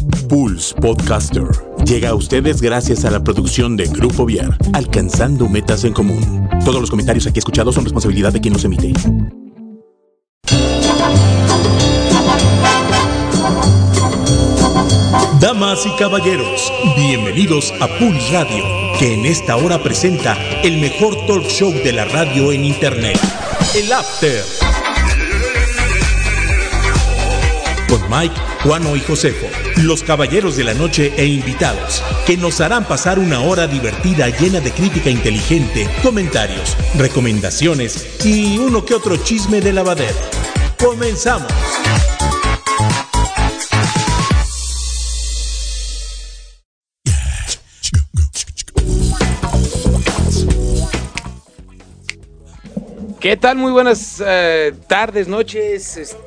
Pulse Podcaster llega a ustedes gracias a la producción de Grupo Viar, alcanzando metas en común. Todos los comentarios aquí escuchados son responsabilidad de quien los emite. Damas y caballeros, bienvenidos a Pulse Radio, que en esta hora presenta el mejor talk show de la radio en internet, El After. Con Mike, Juano y Josefo, los caballeros de la noche e invitados, que nos harán pasar una hora divertida llena de crítica inteligente, comentarios, recomendaciones y uno que otro chisme de lavadero. ¡Comenzamos! ¿Qué tal? Muy buenas tardes, noches.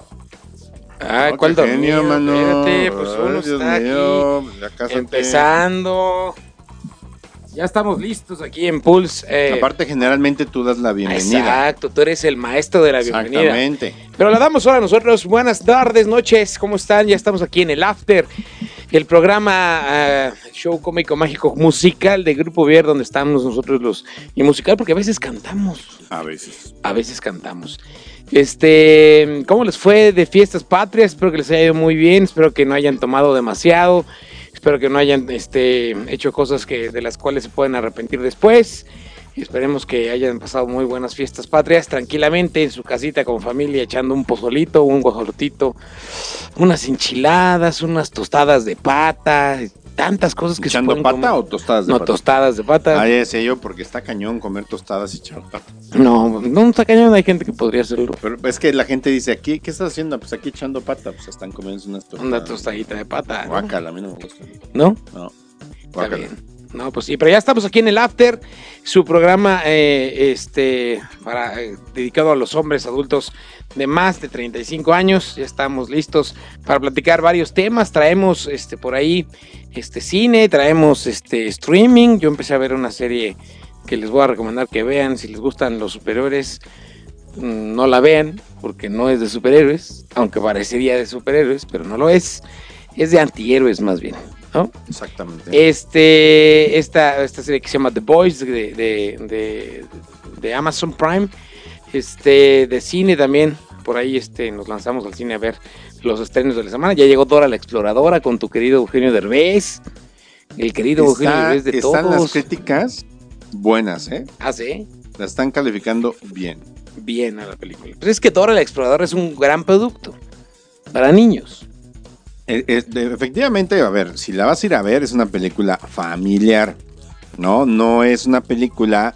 ¿Cuál genio, mano? Espérate, pues uno Dios está mío, aquí empezando. Ya estamos listos aquí en Pulse. Aparte, generalmente tú das la bienvenida. Exacto, tú eres el maestro de la bienvenida. Exactamente. Pero la damos ahora nosotros. Buenas tardes, noches, ¿cómo están? Ya estamos aquí en el After, el programa show cómico mágico musical de Grupo Vier, donde estamos nosotros y musical, porque a veces cantamos. A veces cantamos. ¿Cómo les fue de fiestas patrias? Espero que les haya ido muy bien, espero que no hayan tomado demasiado, espero que no hayan hecho cosas de las cuales se pueden arrepentir después. Esperemos que hayan pasado muy buenas fiestas patrias, tranquilamente en su casita con familia, echando un pozolito, un guajolotito, unas enchiladas, unas tostadas de pata, tantas cosas que ¿echando se pueden pata comer. o tostadas de pata? No, tostadas de pata. Ah, ya sé yo, porque está cañón comer tostadas y echar pata. No está cañón, hay gente que podría hacerlo. Pero es que la gente dice, aquí, ¿qué estás haciendo? Pues aquí echando pata, pues están comiendo unas tostadas. Una tostadita de pata. Guácala, a mí no me gusta. ¿No? No. Está bien. No, pues sí, pero ya estamos aquí en el After, su programa dedicado a los hombres adultos de más de 35 años. Ya estamos listos para platicar varios temas. Traemos por ahí cine, traemos streaming. Yo empecé a ver una serie que les voy a recomendar que vean. Si les gustan los superhéroes, no la vean, porque no es de superhéroes, aunque parecería de superhéroes, pero no lo es. Es de antihéroes más bien, ¿no? Exactamente. Esta serie que se llama The Boys de Amazon Prime, de cine también. Por ahí nos lanzamos al cine a ver los estrenos de la semana. Ya llegó Dora la Exploradora con tu querido Eugenio Derbez, el querido Eugenio Derbez de todos. Están las críticas buenas, ¿eh? Ah, ¿sí? La están calificando bien. Bien a la película. Pues es que Dora la Exploradora es un gran producto para niños. Efectivamente, a ver, si la vas a ir a ver, es una película familiar, ¿no? No es una película,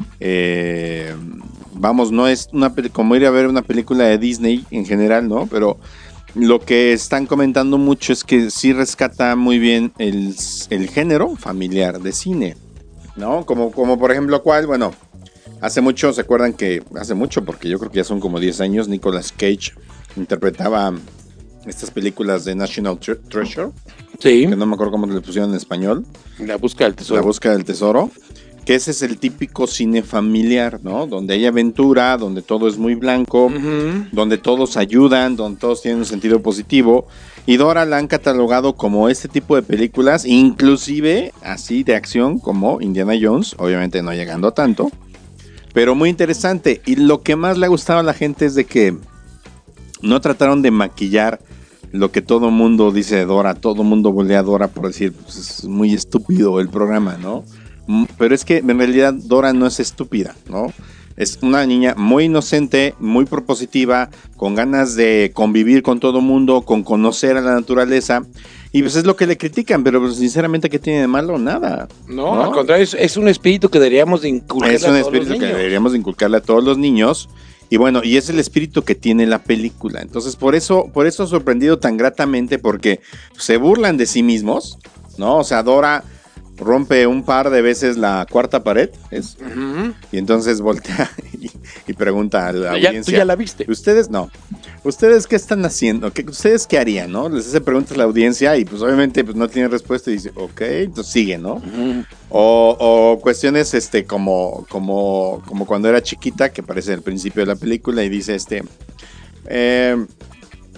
no es como ir a ver una película de Disney en general, ¿no? Pero lo que están comentando mucho es que sí rescata muy bien el género familiar de cine, ¿no? Como por ejemplo, bueno, hace mucho, ¿se acuerdan que hace mucho? Porque yo creo que ya son como 10 años, Nicolas Cage interpretaba estas películas de National Treasure, sí, que no me acuerdo cómo le pusieron en español. La búsqueda del tesoro. La búsqueda del tesoro, que ese es el típico cine familiar, ¿no? Donde hay aventura, donde todo es muy blanco, donde todos ayudan, donde todos tienen un sentido positivo. Y Dora la han catalogado como este tipo de películas, inclusive así de acción como Indiana Jones, obviamente no llegando a tanto, pero muy interesante. Y lo que más le ha gustado a la gente es de que no trataron de maquillar lo que todo mundo dice de Dora, todo mundo voltea a Dora por decir, pues es muy estúpido el programa, ¿no? Pero es que en realidad Dora no es estúpida, ¿no? Es una niña muy inocente, muy propositiva, con ganas de convivir con todo mundo, con conocer a la naturaleza. Y pues es lo que le critican, pero pues, sinceramente, ¿qué tiene de malo? Nada. No, al contrario, es un espíritu que deberíamos de inculcarle a todos los niños. Es un espíritu que deberíamos de inculcarle a todos los niños. Y bueno, y es el espíritu que tiene la película. Entonces, por eso ha sorprendido tan gratamente, porque se burlan de sí mismos, ¿no? O sea, Dora rompe un par de veces la cuarta pared, ¿es? Uh-huh. Y entonces voltea y pregunta a la audiencia. ¿Tú ya la viste? Ustedes no. ¿Ustedes qué están haciendo? ¿Ustedes qué harían, no? Les hace preguntas a la audiencia y pues obviamente pues no tiene respuesta y dice, ok, entonces sigue, ¿no? Uh-huh. O cuestiones como cuando era chiquita, que aparece al principio de la película y dice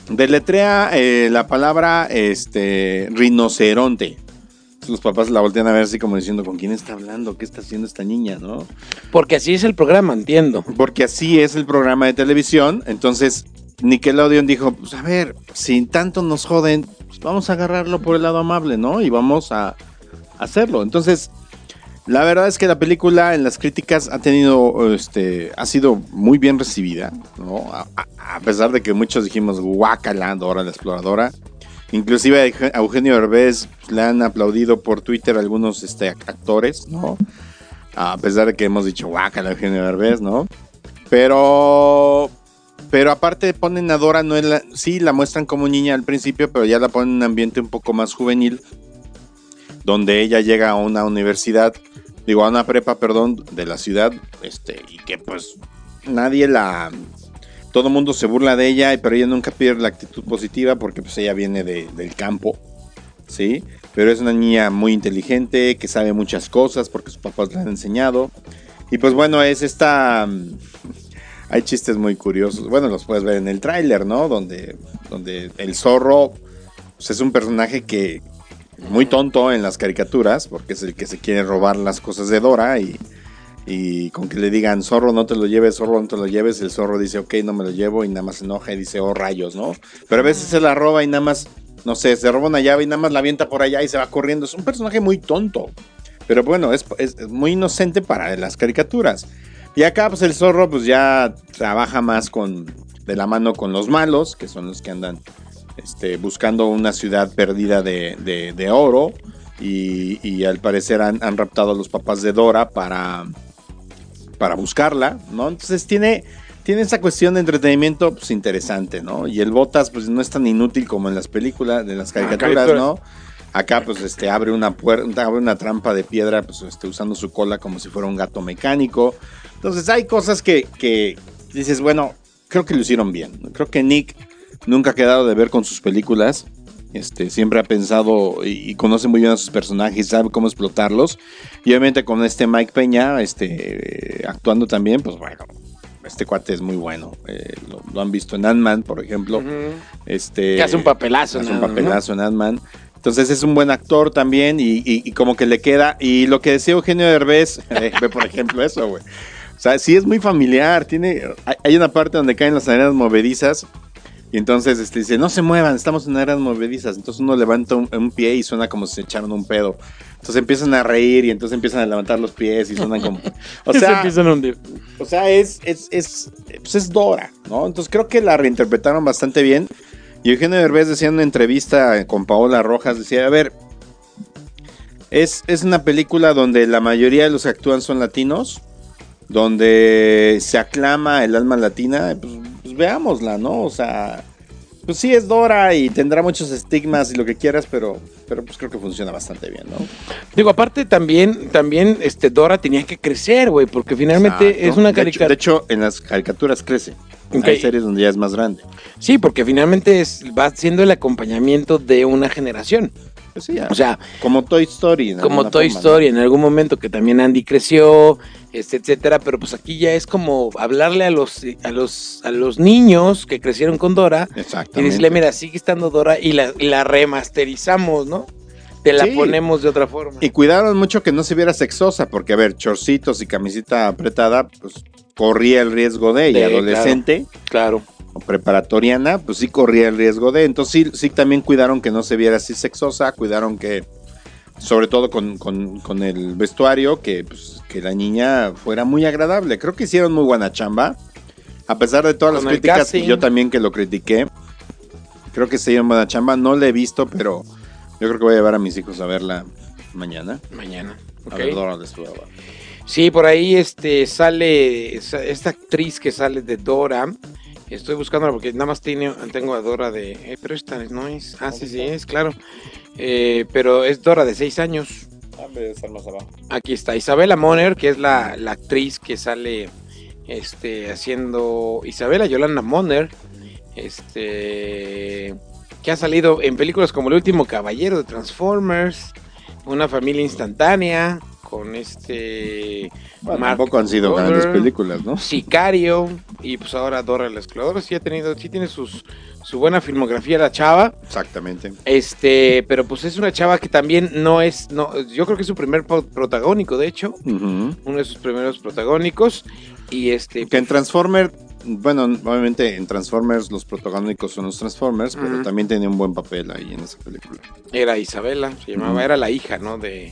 Deletrea la palabra rinoceronte. Los papás la voltean a ver así como diciendo, ¿con quién está hablando? ¿Qué está haciendo esta niña, no? Porque así es el programa, entiendo. Porque así es el programa de televisión. Entonces Nickelodeon dijo, pues a ver, si tanto nos joden, pues vamos a agarrarlo por el lado amable, ¿no? Y vamos a hacerlo. Entonces, la verdad es que la película en las críticas ha sido muy bien recibida, ¿no? A pesar de que muchos dijimos, guácala, Dora la Exploradora. Inclusive a Eugenio Derbez le han aplaudido por Twitter algunos actores, ¿no? A pesar de que hemos dicho guácala Eugenio Derbez, ¿no? Pero aparte ponen a Dora, sí la muestran como niña al principio, pero ya la ponen en un ambiente un poco más juvenil, donde ella llega a una universidad, a una prepa, de la ciudad, y que pues todo el mundo se burla de ella, pero ella nunca pierde la actitud positiva porque pues ella viene del campo, ¿sí? Pero es una niña muy inteligente, que sabe muchas cosas porque sus papás le han enseñado. Y pues bueno, hay chistes muy curiosos. Bueno, los puedes ver en el tráiler, ¿no? Donde el zorro pues, es un personaje que muy tonto en las caricaturas, porque es el que se quiere robar las cosas de Dora y con que le digan zorro no te lo lleves, el zorro dice ok, no me lo llevo y nada más se enoja y dice oh rayos, ¿no? Pero a veces se la roba y nada más, no sé, se roba una llave y nada más la avienta por allá y se va corriendo. Es un personaje muy tonto, pero bueno, es muy inocente para las caricaturas. Y acá pues el zorro pues ya trabaja más de la mano con los malos, que son los que andan buscando una ciudad perdida de oro y al parecer han raptado a los papás de Dora para buscarla, ¿no? Entonces tiene esa cuestión de entretenimiento pues interesante, ¿no? Y el Botas pues no es tan inútil como en las películas, de las caricaturas, ¿no? Acá pues abre una trampa de piedra pues usando su cola como si fuera un gato mecánico. Entonces hay cosas que dices, bueno, creo que lo hicieron bien. Creo que Nick nunca ha quedado de ver con sus películas. Siempre ha pensado y conoce muy bien a sus personajes, sabe cómo explotarlos. Y obviamente con Mike Peña actuando también, pues bueno, este cuate es muy bueno. Lo han visto en Ant-Man, por ejemplo. Uh-huh. Que hace un papelazo. Hace un papelazo, ¿no? En Ant-Man. Entonces es un buen actor también y como que le queda. Y lo que decía Eugenio Derbez, ve por ejemplo eso, güey. O sea, sí es muy familiar. Hay una parte donde caen las arenas movedizas. Y entonces dice, no se muevan, estamos en arenas movedizas. Entonces uno levanta un pie y suena como si se echaron un pedo. Entonces empiezan a reír y entonces empiezan a levantar los pies y suenan como... O sea, se empiezan a hundir. O sea, es Dora, ¿no? Entonces creo que la reinterpretaron bastante bien. Y Eugenio Derbez decía en una entrevista con Paola Rojas, decía, a ver, es una película donde la mayoría de los que actúan son latinos, donde se aclama el alma latina, pues veámosla, ¿no? O sea, pues sí es Dora y tendrá muchos estigmas y lo que quieras, pero pues creo que funciona bastante bien, ¿no? Digo, aparte también Dora tenía que crecer, güey, porque finalmente exacto. Es una caricatura. De hecho, en las caricaturas crece. Okay. Hay series donde ya es más grande. Sí, porque finalmente va siendo el acompañamiento de una generación. Pues sí, o sea, como Toy Story. Como Toy Story, ¿no? En algún momento que también Andy creció, etcétera, pero pues aquí ya es como hablarle a los niños que crecieron con Dora. Exactamente. Y decirle, mira, sigue estando Dora y la remasterizamos, ¿no? Te la ponemos de otra forma. Y cuidaron mucho que no se viera sexosa, porque a ver, chorcitos y camisita apretada, pues corría el riesgo de adolescente. Claro. O preparatoriana, pues sí corría el riesgo de. Entonces sí también cuidaron que no se viera así sexosa, cuidaron que, sobre todo con el vestuario, que la niña fuera muy agradable. Creo que hicieron muy buena chamba, a pesar de todas las críticas, y yo también que lo critiqué. Creo que se hicieron buena chamba, no la he visto, pero yo creo que voy a llevar a mis hijos a verla mañana. Okay. A ver Dora la Exploradora. Sí, por ahí sale esta actriz que sale de Dora. Estoy buscándola porque nada más tengo a Dora pero esta no es. Ah, sí, es, claro. Pero es Dora de 6 años. Debe estar más abajo. Aquí está Isabela Moner, que es la actriz que sale haciendo Isabela Yolanda Moner, que ha salido en películas como El último caballero de Transformers, Una familia instantánea, con Bueno, tampoco han sido grandes películas, ¿no? Sicario, y pues ahora Dora la Exploradora. Sí tiene su buena filmografía la chava. Exactamente. Pero pues es una chava que también yo creo que es su primer protagónico, de hecho. Uh-huh. Uno de sus primeros protagónicos. Y que en Transformers, bueno, obviamente en Transformers los protagónicos son los Transformers, pero también tenía un buen papel ahí en esa película. Era Isabela, se llamaba, era la hija, ¿no? De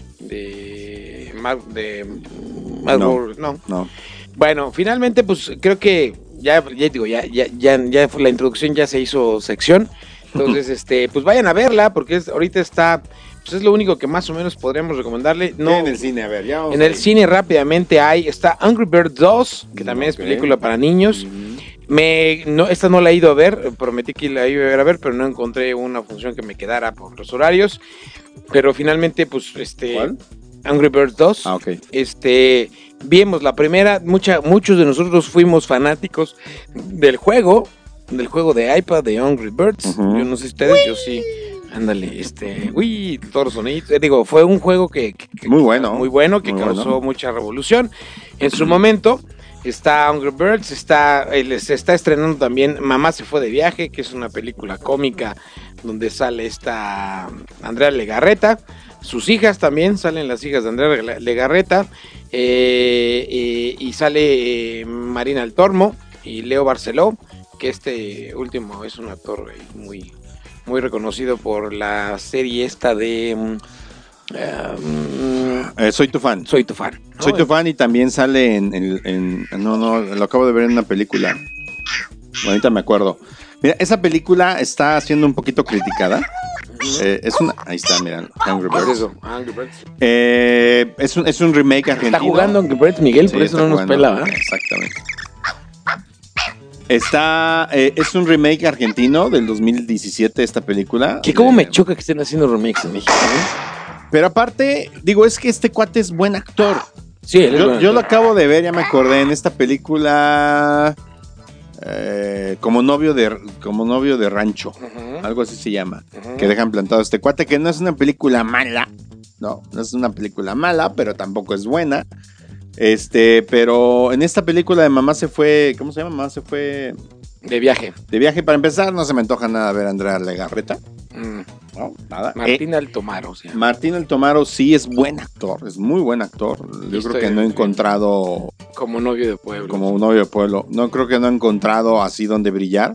No. Bueno, finalmente, pues creo que ya digo, ya la introducción ya se hizo sección. Entonces, pues vayan a verla, porque ahorita está, pues es lo único que más o menos podríamos recomendarle. No, en el cine, a ver, ya vamos en el cine rápidamente está Angry Birds 2, que también es película para niños. Esta no la he ido a ver, prometí que la iba a ver, pero no encontré una función que me quedara por los horarios. Pero finalmente, pues, ¿Cuál? Angry Birds 2. Ah, ok. Vimos la primera, muchos de nosotros fuimos fanáticos del juego de iPad de Angry Birds. Yo no sé ustedes, yo sí. Ándale, todos los sonidos. Fue un juego que muy bueno, que causó mucha revolución. En su momento está Angry Birds, se está estrenando también Mamá se fue de viaje, que es una película cómica donde sale esta Andrea Legarreta. Sus hijas también, salen las hijas de Andrea Legarreta, y sale Marina El Tormo y Leo Barceló, que este último es un actor muy, muy reconocido por la serie esta de Soy tu fan. Soy tu fan. ¿No? Soy tu fan, y también sale no, lo acabo de ver en una película. Ahorita me acuerdo. Mira, esa película está siendo un poquito criticada. Ahí está, miren, Angry Birds. ¿Qué es eso? Angry Birds. Es un remake argentino. Está jugando Angry Birds, Miguel, por eso no nos pela, ¿verdad? Exactamente. Es un remake argentino del 2017 esta película. Que cómo me choca que estén haciendo remakes en México, ¿eh? Pero aparte, digo, es que este cuate es buen actor. Sí, yo lo acabo de ver, ya me acordé, en esta película como novio de rancho, algo así se llama, que dejan plantado este cuate, que no es una película mala, no es una película mala, pero tampoco es buena. Pero en esta película de Mamá se fue, ¿cómo se llama? Mamá se fue de viaje. De viaje, para empezar, no se me antoja nada ver a Andrea Legarreta. No, nada. Martín Altomaro, sí. Martín Altomaro sí es buen actor, es muy buen actor. Yo creo que no he encontrado como novio de pueblo. Como un novio de pueblo. No creo que no he encontrado así donde brillar.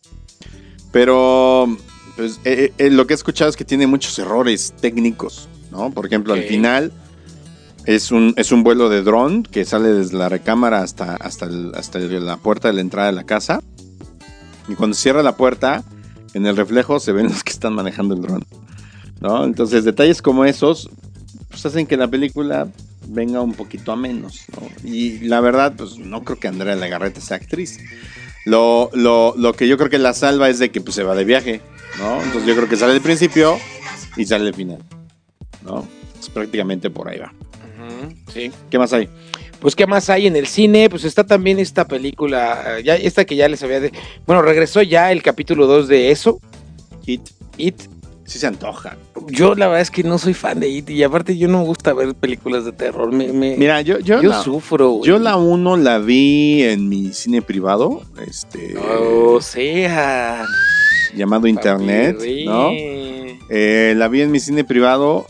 Pero pues, lo que he escuchado es que tiene muchos errores técnicos, ¿no? Por ejemplo, al final es un vuelo de dron que sale desde la recámara hasta la puerta de la entrada de la casa. Y cuando cierra la puerta, en el reflejo se ven los que están manejando el dron, ¿no? Entonces, detalles como esos pues hacen que la película venga un poquito a menos, ¿no? Y la verdad, pues no creo que Andrea Legarreta sea actriz. Lo que yo creo que la salva es de que pues, se va de viaje, ¿no? Entonces yo creo que sale del principio y sale del final, ¿no? Pues, prácticamente por ahí va. Sí. ¿Qué más hay? Pues, ¿qué más hay en el cine? Pues está también esta película, esta que ya les había bueno, regresó ya el capítulo 2 de eso. It. Sí se antoja. Yo la verdad es que no soy fan de It, y aparte yo no me gusta ver películas de terror. Mira, yo sufro, güey. Yo la 1 la vi en mi cine privado, O sea, llamado Internet, ¿no? La vi en mi cine privado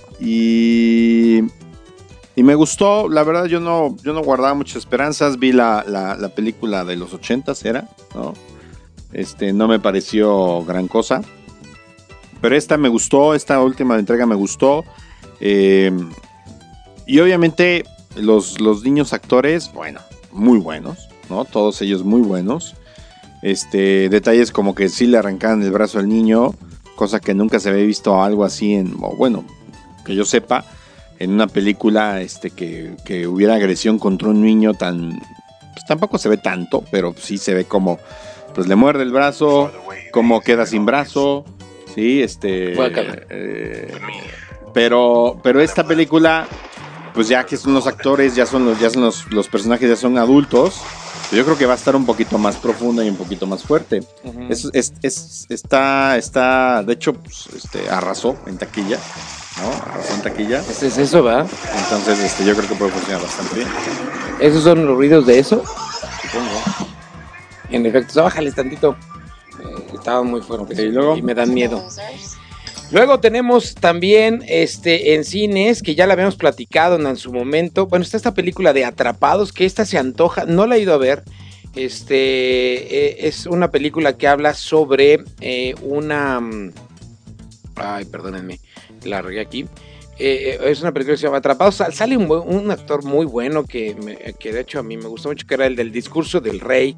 y me gustó. La verdad yo no guardaba muchas esperanzas. Vi la película de los 80s, ¿no? No me pareció gran cosa. Pero esta me gustó, esta última entrega me gustó. Y obviamente los niños actores, bueno, muy buenos, ¿no? Todos ellos muy buenos. Detalles como que sí le arrancaban el brazo al niño, cosa que nunca se había visto algo así que yo sepa, en una película que hubiera agresión contra un niño pues tampoco se ve tanto, pero sí se ve como pues le muerde el brazo, como queda sin brazo. Sí, pero esta película, pues ya que son los actores, ya son los personajes, ya son adultos, yo creo que va a estar un poquito más profunda y un poquito más fuerte. Está, de hecho, pues, arrasó en taquilla, ¿no? Arrasó en taquilla. Es eso, ¿verdad? Entonces, yo creo que puede funcionar bastante bien. ¿Esos son los ruidos de eso? Supongo. En efecto, bájales tantito. Estaban muy fuertes y me dan miedo. Luego tenemos también en cines, que ya la habíamos platicado en su momento. Bueno, está esta película de Atrapados, que esta se antoja, no la he ido a ver. Es una película que habla sobre una... Ay, perdónenme, la regué aquí. Es una película que se llama Atrapados. Sale un actor muy bueno que de hecho a mí me gustó mucho, que era el del Discurso del Rey.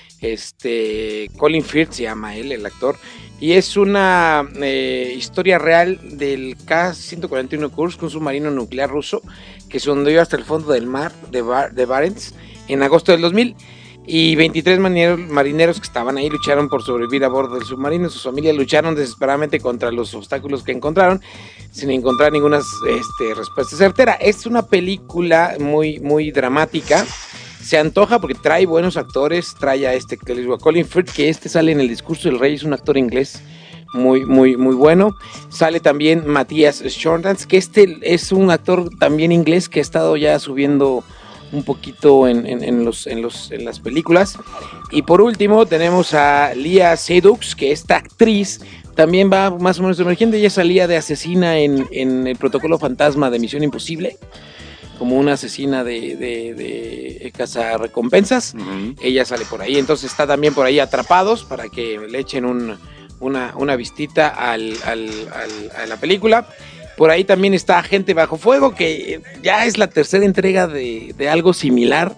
Colin Firth se llama él, el actor. Y es una historia real del K-141 Kursk, un submarino nuclear ruso que se hundió hasta el fondo del mar de Barents en agosto del 2000. Y 23 marineros que estaban ahí lucharon por sobrevivir a bordo del submarino. Sus familias lucharon desesperadamente contra los obstáculos que encontraron, sin encontrar ninguna respuesta certera. Es una película muy, muy dramática. Se antoja porque trae buenos actores. Trae a que les digo, a Colin Firth, que sale en El Discurso del Rey, es un actor inglés muy, muy, muy bueno. Sale también Matthias Schoenaerts, que es un actor también inglés que ha estado ya subiendo un poquito en las películas. Y por último tenemos a Léa Seydoux, que esta actriz también va más o menos emergente. Ella salía de asesina en el Protocolo Fantasma de Misión Imposible, como una asesina de cazarrecompensas. Uh-huh. Ella sale por ahí, entonces está también por ahí Atrapados, para que le echen una vistita a la película. Por ahí también está Agente Bajo Fuego, que ya es la tercera entrega de algo similar.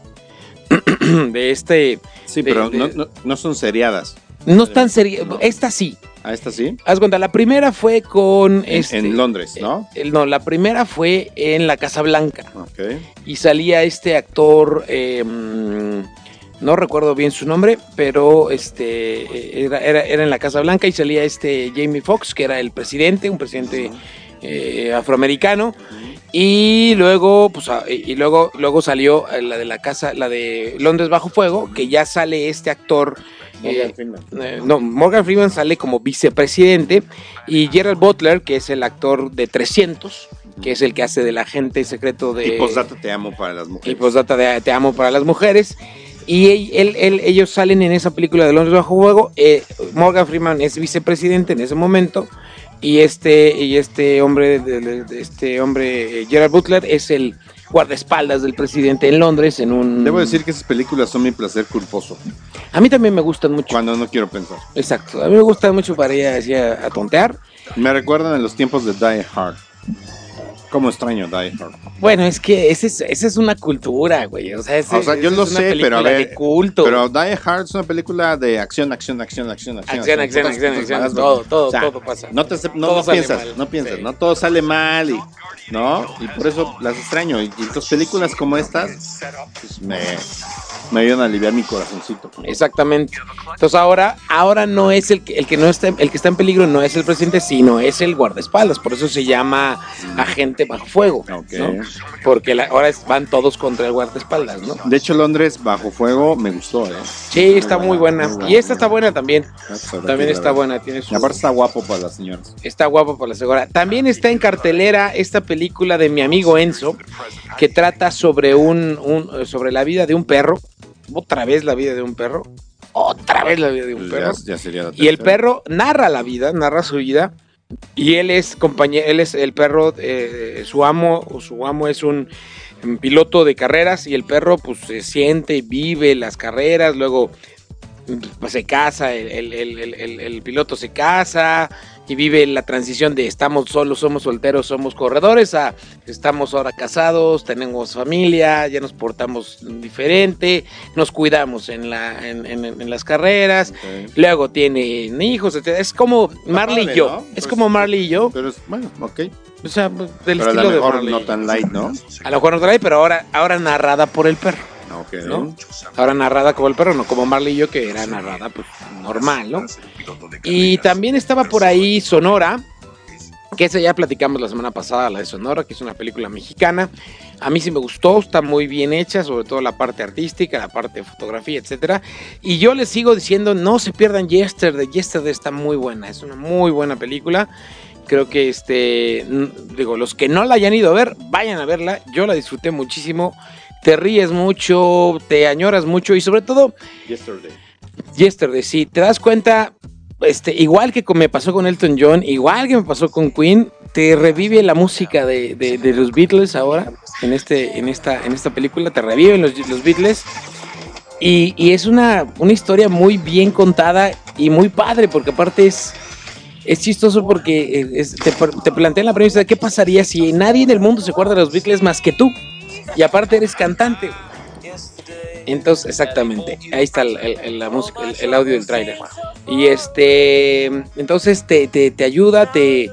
Sí, pero no son seriadas. No están seriadas. Esta sí. ¿Ah, esta sí? Haz cuenta, la primera fue con... En Londres, ¿no? No, la primera fue en la Casa Blanca. Okay. Y salía actor... no recuerdo bien su nombre, pero era en la Casa Blanca y salía Jamie Foxx, que era el presidente, un presidente... afroamericano, y luego luego salió la de Londres Bajo Fuego, que ya sale actor Morgan Freeman sale como vicepresidente, y Gerald Butler, que es el actor de 300, que es el que hace del agente secreto de... Y Postdata Te Amo para las mujeres. Y Postdata Te Amo para las mujeres. Y ellos salen en esa película de Londres Bajo Fuego. Morgan Freeman es vicepresidente en ese momento. Y este hombre, Gerald Butler, es el guardaespaldas del presidente en Londres en un... Debo decir que esas películas son mi placer culposo. A mí también me gustan mucho. Cuando no quiero pensar. Exacto, a mí me gustan mucho para ir así a tontear. Me recuerdan a los tiempos de Die Hard. ¿Cómo extraño Die Hard? Bueno, es que esa es una cultura, güey. O sea, yo lo sé, pero a ver, de culto. Pero Die Hard es una película de acción. Acción. Todo pasa. No piensas, ¿no? Todo sale mal y por eso las extraño. Y tus películas como estas, pues me ayudan a aliviar mi corazoncito. Exactamente. Entonces ahora no es el que está en peligro, no es el presidente, sino es el guardaespaldas. Por eso se llama Agente Bajo Fuego, okay, ¿no? Porque ahora van todos contra el guardaespaldas, ¿no? De hecho, Londres Bajo Fuego me gustó, ¿eh? Sí, está muy buena. Y esta está buena también. También está buena. Y aparte está guapo para las señoras. Está guapo para la señora. También está en cartelera esta película de mi amigo Enzo, que trata sobre sobre la vida de un perro. Otra vez la vida de un perro. Ya sería la y el perro narra su vida. Y él es el perro, su amo es un piloto de carreras, y el perro pues se siente, vive las carreras, luego pues, se casa, el piloto se casa y vive la transición de estamos solos, somos solteros, somos corredores, a estamos ahora casados, tenemos familia, ya nos portamos diferente, nos cuidamos en las carreras, okay. Luego tienen hijos, etc. Es como Marley y yo, ¿no? Es como Marley y yo. Pero es, bueno, ok. O sea, del pero estilo de Marley. No tan light, ¿no? A lo mejor no tan light, pero ahora narrada por el perro. Okay. ¿No? Ahora narrada como el perro, no como Marley y yo, que era narrada pues normal, ¿no? Y también estaba por ahí Sonora, que esa ya platicamos la semana pasada, la de Sonora, que es una película mexicana. A mí sí me gustó, está muy bien hecha, sobre todo la parte artística, la parte de fotografía, etcétera. Y yo les sigo diciendo, no se pierdan Yesterday. Yesterday está muy buena, es una muy buena película. Creo que los que no la hayan ido a ver, vayan a verla. Yo la disfruté muchísimo. te ríes mucho, te añoras mucho y sobre todo Yesterday, sí, te das cuenta, igual que me pasó con Elton John, igual que me pasó con Queen, te revive la música de los Beatles ahora, en esta película, te reviven los Beatles. Y es una historia muy bien contada y muy padre, porque aparte es chistoso porque te plantean la premisa de qué pasaría si nadie en el mundo se acuerda de los Beatles más que tú. Y aparte eres cantante. Entonces, exactamente, ahí está la música, el audio del tráiler. Y entonces te ayuda, te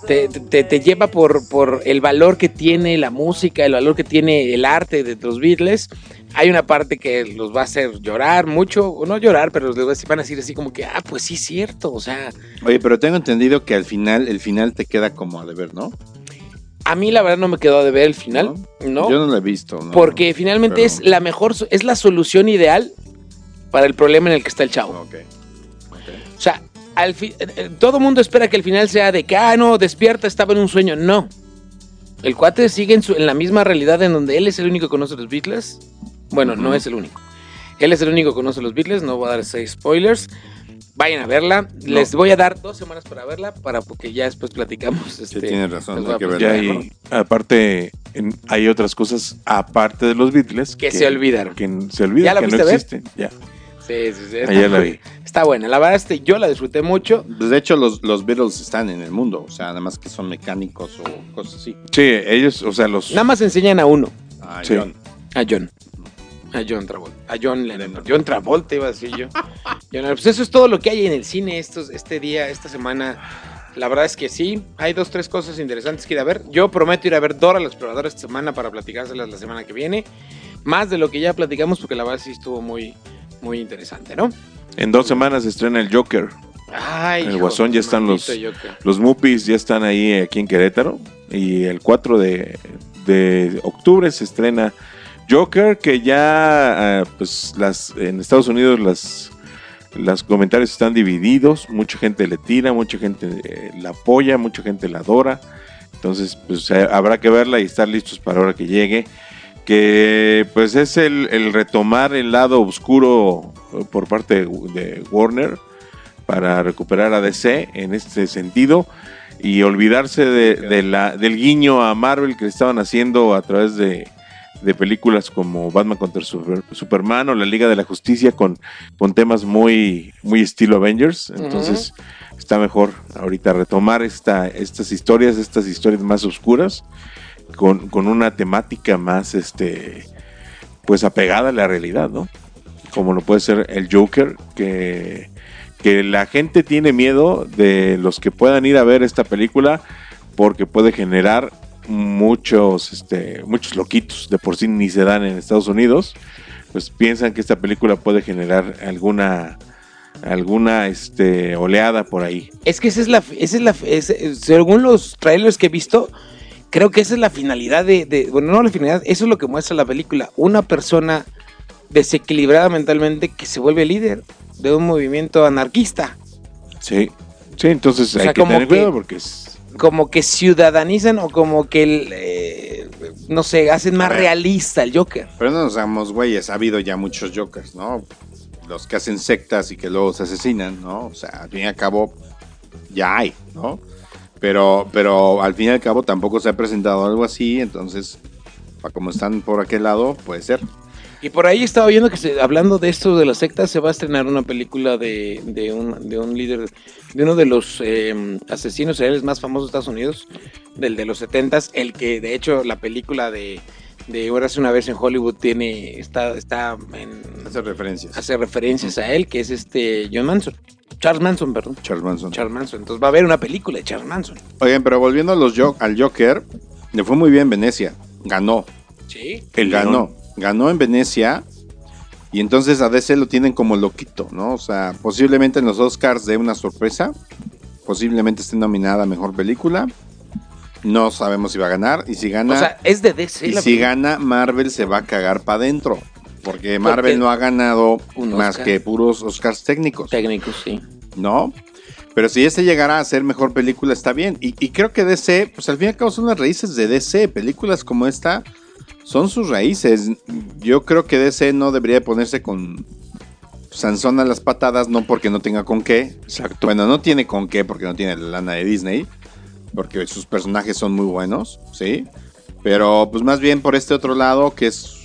lleva por el valor que tiene la música, el valor que tiene el arte de los Beatles. Hay una parte que los va a hacer llorar mucho, o no llorar, pero les van a decir así como que, pues sí es cierto, o sea. Oye, pero tengo entendido que al final, el final te queda como a deber, ¿no? A mí la verdad no me quedó de ver el final, ¿no? Yo no lo he visto, ¿no? Porque finalmente es la solución ideal para el problema en el que está el chavo. Okay. O sea, todo mundo espera que el final sea de que, no, despierta, estaba en un sueño. No. El cuate sigue en la misma realidad en donde él es el único que conoce los Beatles. Bueno, no es el único. Él es el único que conoce los Beatles, no voy a dar 6 spoilers. Vayan a verla. No. Les voy a dar 2 semanas para verla, porque ya después platicamos. Sí, tienes razón, hay que verla. Y aparte, hay otras cosas aparte de los Beatles que se olvidaron. Que se olvidan, ¿Ya la que viste no existen. Ya. Sí. Ayer la vi. Está buena. La verdad, yo la disfruté mucho. Pues de hecho, los Beatles están en el mundo. O sea, nada más que son mecánicos o cosas así. Sí, ellos, o sea, nada más enseñan a uno. Sí. A John Travolta. A John Lennon. John Travolta iba a decir yo. Pues eso es todo lo que hay en el cine esta semana. La verdad es que sí, hay 2-3 cosas interesantes que ir a ver. Yo prometo ir a ver Dora la Exploradora esta semana para platicárselas la semana que viene. Más de lo que ya platicamos, porque la verdad sí estuvo muy, muy interesante, ¿no? En 2 semanas se estrena el Joker. Ay, el Guasón, ya están los Muppies, ya están ahí aquí en Querétaro. Y el 4 de octubre se estrena Joker, que ya pues en Estados Unidos los comentarios están divididos, mucha gente le tira, mucha gente la apoya, mucha gente la adora, entonces pues habrá que verla y estar listos para ahora que llegue, que pues es el retomar el lado oscuro por parte de Warner para recuperar a DC en este sentido y olvidarse del guiño a Marvel que le estaban haciendo a través de películas como Batman contra Superman o la Liga de la Justicia con temas muy, muy estilo Avengers. Entonces está mejor ahorita retomar estas historias más oscuras con una temática más pues apegada a la realidad, ¿no? Como lo puede ser el Joker, que la gente tiene miedo de los que puedan ir a ver esta película porque puede generar muchos loquitos, de por sí ni se dan en Estados Unidos, pues piensan que esta película puede generar alguna oleada por ahí. Es que esa es según los trailers que he visto, creo que esa es la finalidad bueno, no la finalidad, eso es lo que muestra la película, una persona desequilibrada mentalmente que se vuelve líder de un movimiento anarquista. Sí, entonces hay que tener cuidado porque como que ciudadanizan o como que no sé, hacen más realista el Joker. Pero no nos hagamos güeyes, ha habido ya muchos Jokers, ¿no? Los que hacen sectas y que luego se asesinan, ¿no? O sea, al fin y al cabo ya hay, ¿no? Pero al fin y al cabo tampoco se ha presentado algo así, entonces, para como están por aquel lado, puede ser. Y por ahí estaba viendo que hablando de esto de las sectas, se va a estrenar una película de un líder, de uno de los asesinos seriales más famosos de Estados Unidos, del de los 70s, el que de hecho la película de Érase una vez en Hollywood hace referencias a él, que es Charles Manson. Entonces va a haber una película de Charles Manson. Oigan, pero volviendo al Joker, le fue muy bien en Venecia, ganó. Sí. Ganó en Venecia y entonces a DC lo tienen como loquito, ¿no? O sea, posiblemente en los Oscars dé una sorpresa, posiblemente esté nominada a Mejor Película, no sabemos si va a ganar y si gana... O sea, es de DC. Y si gana, Marvel se va a cagar para adentro, porque Marvel no ha ganado más que puros Oscars técnicos. Técnicos, sí. ¿No? Pero si ese llegara a ser Mejor Película está bien y creo que DC, pues al fin y al cabo son las raíces de DC, películas como esta Son sus raíces. Yo creo que DC no debería ponerse con Sansón a las patadas, no porque no tenga con qué. Exacto. Bueno, no tiene con qué porque no tiene la lana de Disney, porque sus personajes son muy buenos, ¿sí? Pero pues más bien por este otro lado, que es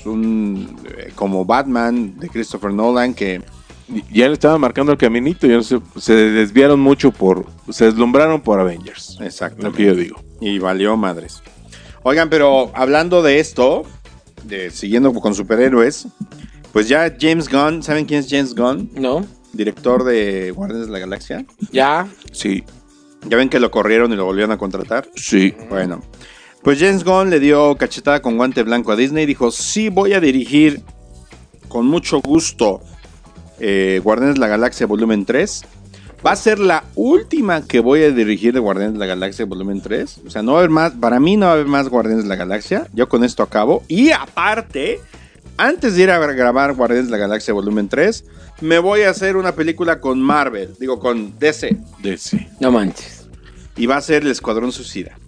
como Batman de Christopher Nolan, que ya le estaban marcando el caminito, ya se desviaron mucho se deslumbraron por Avengers. Exacto. Lo que yo digo. Y valió madres. Oigan, pero hablando de esto, siguiendo con superhéroes, pues ya James Gunn, ¿saben quién es James Gunn? No. Director de Guardianes de la Galaxia. Ya. Sí. ¿Ya ven que lo corrieron y lo volvieron a contratar? Sí. Bueno, pues James Gunn le dio cachetada con guante blanco a Disney y dijo, sí voy a dirigir con mucho gusto Guardianes de la Galaxia Volumen 3. Va a ser la última que voy a dirigir de Guardianes de la Galaxia Volumen 3. O sea, no va a haber más, para mí no va a haber más Guardianes de la Galaxia. Yo con esto acabo. Y aparte, antes de ir a grabar Guardianes de la Galaxia Volumen 3, me voy a hacer una película con Marvel, con DC. No manches. Y va a ser El Escuadrón Suicida.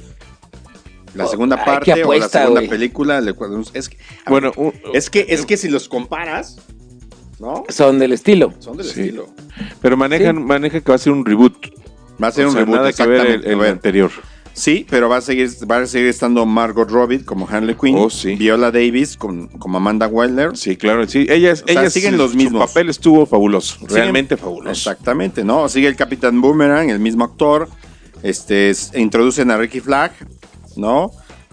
La segunda parte apuesta, o la segunda wey. película del Escuadrón Suicida. Es que si los comparas, ¿no? Son del estilo. Son del Sí. estilo. Pero maneja que va a ser un reboot. Va a ser un reboot, nada que ver el anterior. Sí, pero va a seguir estando Margot Robbie como Harley Quinn, Oh, sí. Viola Davis como Amanda Waller. Sí, claro, sí. Ellas siguen los mismos. Su papel estuvo fabuloso, realmente fabuloso. Exactamente, ¿no? Sigue el Capitán Boomerang, el mismo actor. Introducen a Ricky Flag, ¿no?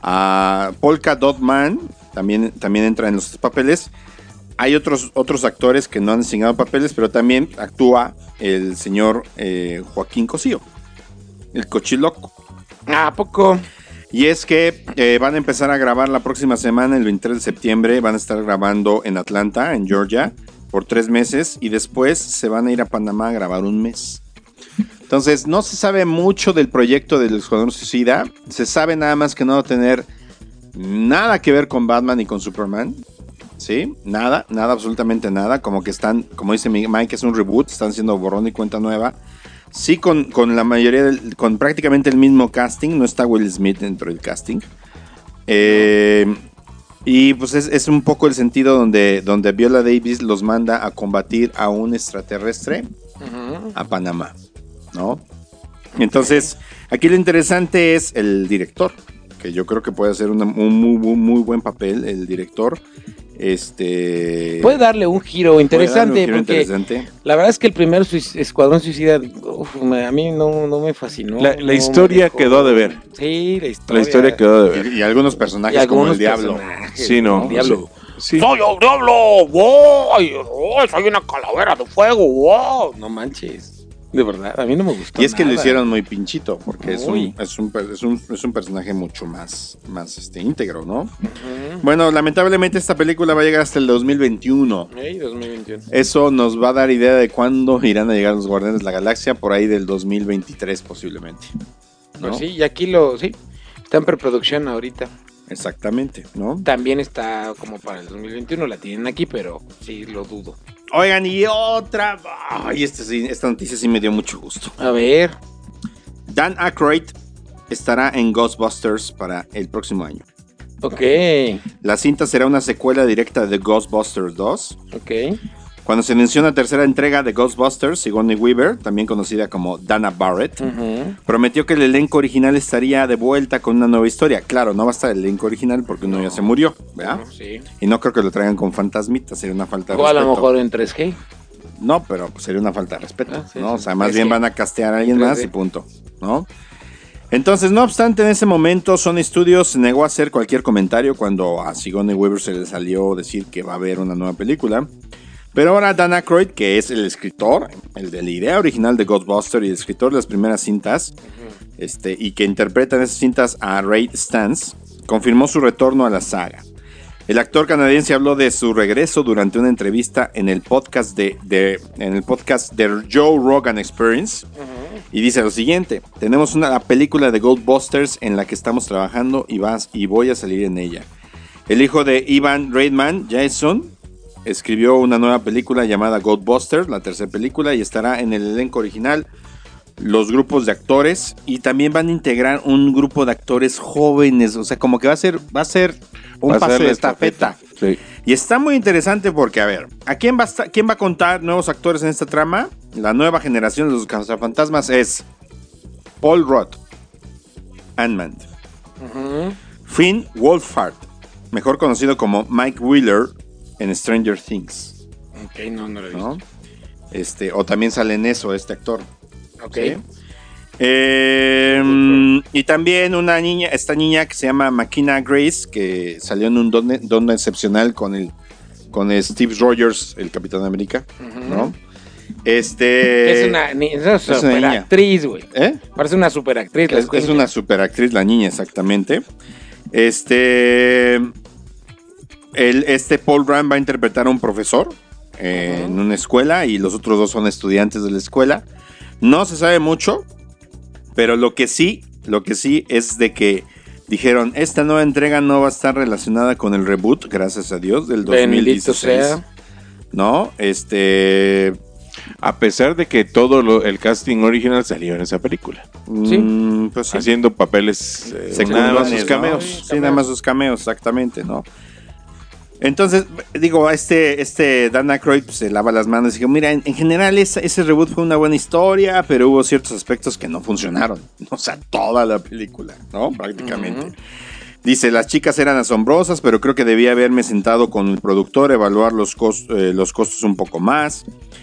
A Polka Dot Man, también entra en los papeles. Hay otros actores que no han asignado papeles, pero también actúa el señor Joaquín Cosío, el Cochiloco. ¿A poco? Y es que van a empezar a grabar la próxima semana, el 23 de septiembre. Van a estar grabando en Atlanta, en Georgia, por 3 meses. Y después se van a ir a Panamá a grabar 1 mes. Entonces, no se sabe mucho del proyecto del Escuadrón Suicida. Se sabe nada más que no va a tener nada que ver con Batman y con Superman. ¿Sí? Nada, absolutamente nada. Como que están, como dice Mike, es un reboot. Están haciendo borrón y cuenta nueva. Sí, con la mayoría, con prácticamente el mismo casting. No está Will Smith dentro del casting. Y pues es un poco el sentido donde Viola Davis los manda a combatir a un extraterrestre a Panamá, ¿no? Entonces, aquí lo interesante es el director, que yo creo que puede hacer un muy buen papel el director. Puede darle un giro interesante, porque la verdad es que el primer Escuadrón Suicida a mí no me fascinó. La historia quedó de ver. Sí, la historia quedó de ver. Y algunos personajes como el Diablo. Sí, no. El Diablo. Sí. ¡Soy el Diablo! ¡Wow! ¡Soy una calavera de fuego! ¡Wow! No manches. De verdad, a mí no me gustó. Y es que nada. lo hicieron muy pinchito, porque es un personaje mucho más íntegro, ¿no? Bueno, lamentablemente esta película va a llegar hasta el 2021. 2021. Eso nos va a dar idea de cuándo irán a llegar los Guardianes de la Galaxia, por ahí del 2023 posiblemente, ¿no? Pues sí, y aquí está en preproducción ahorita. Exactamente, ¿no? También está como para el 2021, la tienen aquí, pero sí lo dudo. Oigan, y otra. Ay, esta noticia sí me dio mucho gusto. A ver. Dan Aykroyd estará en Ghostbusters para el próximo año. Ok. La cinta será una secuela directa de Ghostbusters 2. Ok. Cuando se anunció una tercera entrega de Ghostbusters, Sigourney Weaver, también conocida como Dana Barrett, prometió que el elenco original estaría de vuelta con una nueva historia. Claro, no va a estar el elenco original porque uno ya se murió, ¿verdad? Sí. Y no creo que lo traigan con fantasmitas, sería una falta de respeto. O a lo respeto. mejor en 3G. No, pero pues sería una falta de respeto, sí, ¿no? sí, O sea, más 3G. bien van a castear a alguien 3G. más y punto, ¿no? Entonces, no obstante, en ese momento Sony Studios se negó a hacer cualquier comentario cuando a Sigourney Weaver se le salió decir que va a haber una nueva película. Pero ahora Dan Aykroyd, que es el escritor, el de la idea original de Ghostbusters y el escritor de las primeras cintas, y que interpreta en esas cintas a Ray Stantz, confirmó su retorno a la saga. El actor canadiense habló de su regreso durante una entrevista en el podcast de Joe Rogan Experience y dice lo siguiente: tenemos la película de Ghostbusters en la que estamos trabajando y voy a salir en ella. El hijo de Ivan Reitman, Jason, escribió una nueva película llamada Ghostbusters, la tercera película, y estará en el elenco original los grupos de actores y también van a integrar un grupo de actores jóvenes, o sea, como que va a ser un pase de estafeta. Sí. Y está muy interesante porque, a ver, quién va a contar nuevos actores en esta trama? La nueva generación de los cazafantasmas es Paul Rudd, Ant-Man, Finn Wolfhard, mejor conocido como Mike Wheeler en Stranger Things. Ok, no lo he visto. ¿No? O también sale en eso este actor. Ok. ¿Sí? Y también esta niña que se llama Makina Grace, que salió en un don excepcional con Steve Rogers, el Capitán América, ¿no? Es una superactriz, güey. Parece una superactriz. Es una superactriz la niña, exactamente. Paul Rudd va a interpretar a un profesor en una escuela y los otros dos son estudiantes de la escuela. No se sabe mucho, pero lo que sí es de que dijeron, esta nueva entrega no va a estar relacionada con el reboot, gracias a Dios, del 2016. Sea. ¿No? A pesar de que todo el casting original salió en esa película. Sí. Pues sí. Haciendo papeles nada más sus cameos. ¿No? Sí, nada más sus cameos, exactamente, ¿no? Entonces, digo, Dan Aykroyd pues, se lava las manos y dijo, mira, en general ese reboot fue una buena historia, pero hubo ciertos aspectos que no funcionaron. O sea, toda la película, ¿no? Prácticamente. Dice, las chicas eran asombrosas, pero creo que debía haberme sentado con el productor, evaluar los costos un poco más.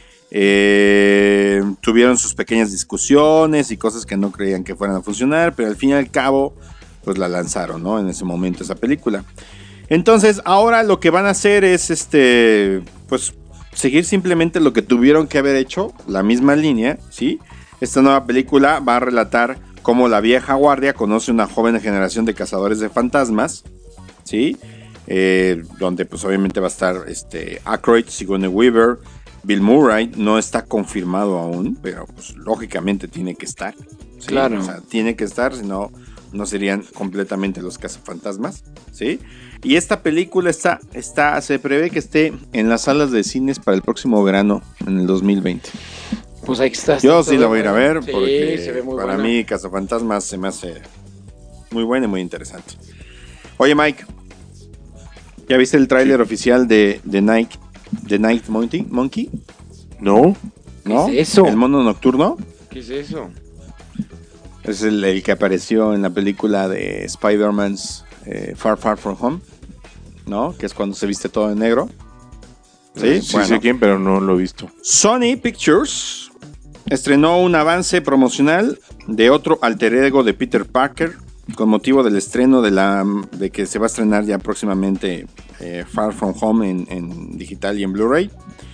Tuvieron sus pequeñas discusiones y cosas que no creían que fueran a funcionar, pero al fin y al cabo, pues la lanzaron, ¿no? En ese momento esa película. Entonces, ahora lo que van a hacer es, pues, seguir simplemente lo que tuvieron que haber hecho, la misma línea, ¿sí? Esta nueva película va a relatar cómo la vieja guardia conoce una joven generación de cazadores de fantasmas, ¿sí? Donde, pues, obviamente va a estar, Aykroyd, Sigourney Weaver, Bill Murray, no está confirmado aún, pero, pues, lógicamente tiene que estar, ¿sí? Claro. O sea, tiene que estar, si no, no serían completamente los cazafantasmas, ¿sí? Y esta película se prevé que esté en las salas de cines para el próximo verano, en el 2020. Pues ahí está. Yo sí la voy a ir a ver, sí, porque se ve muy para buena. mí Cazafantasmas se me hace muy buena y muy interesante. Oye, Mike, ¿ya viste el tráiler oficial de The Night Monkey? No. ¿No? ¿Qué es eso? ¿El mono nocturno? ¿Qué es eso? Es el que apareció en la película de Spider-Man's Far Far From Home, ¿no? Que es cuando se viste todo de negro. Sí, bueno. Sé quién, pero no lo he visto. Sony Pictures estrenó un avance promocional de otro alter ego de Peter Parker con motivo del estreno de que se va a estrenar ya próximamente Far From Home en digital y en Blu-ray.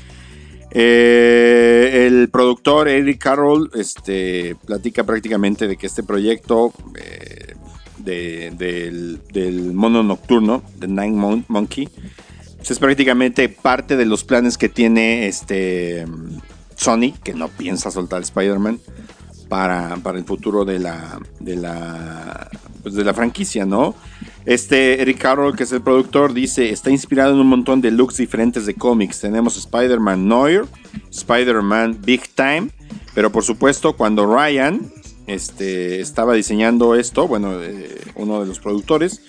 El productor Eric Carroll platica prácticamente de que este proyecto del mono nocturno, The Night Monkey, pues es prácticamente parte de los planes que tiene Sony, que no piensa soltar Spider-Man para el futuro de la franquicia, ¿no? Eric Carroll, que es el productor, dice, está inspirado en un montón de looks diferentes de cómics. Tenemos Spider-Man Noir, Spider-Man Big Time, pero por supuesto cuando Ryan estaba diseñando esto, bueno, uno de los productores,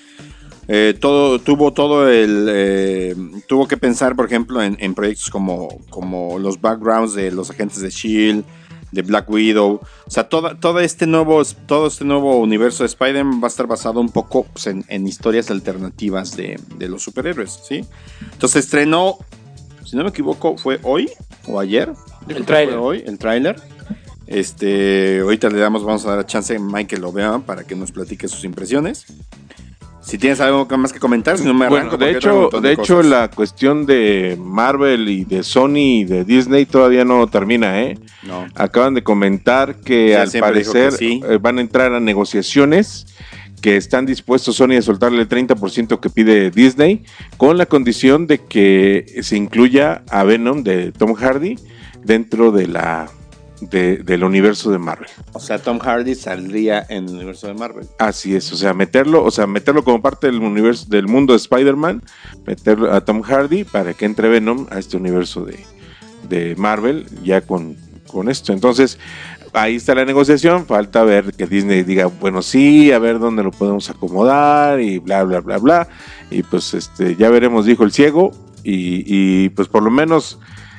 tuvo que pensar, por ejemplo, en proyectos como los backgrounds de los agentes de S.H.I.E.L.D., de Black Widow. O sea, todo este nuevo universo de Spider-Man va a estar basado un poco pues, en historias alternativas de los superhéroes, ¿sí? Entonces estrenó, si no me equivoco, fue hoy o ayer. El tráiler. Hoy, el tráiler. Ahorita vamos a dar chance a Mike que lo vea para que nos platique sus impresiones. Si tienes algo más que comentar, si no me arranco. Bueno, de hecho la cuestión de Marvel y de Sony y de Disney todavía no termina, ¿eh? No. Acaban de comentar que al parecer sí. Van a entrar a negociaciones, que están dispuestos Sony a soltarle el 30% que pide Disney, con la condición de que se incluya a Venom de Tom Hardy dentro de del universo de Marvel. O sea, Tom Hardy saldría en el universo de Marvel. Así es, o sea, meterlo como parte del universo, del mundo de Spider-Man, meterlo a Tom Hardy para que entre Venom a este universo de Marvel, ya con esto. Entonces, ahí está la negociación, falta ver que Disney diga, bueno, sí, a ver dónde lo podemos acomodar y bla, bla, bla, bla. Y pues ya veremos, dijo el ciego. Y pues por lo menos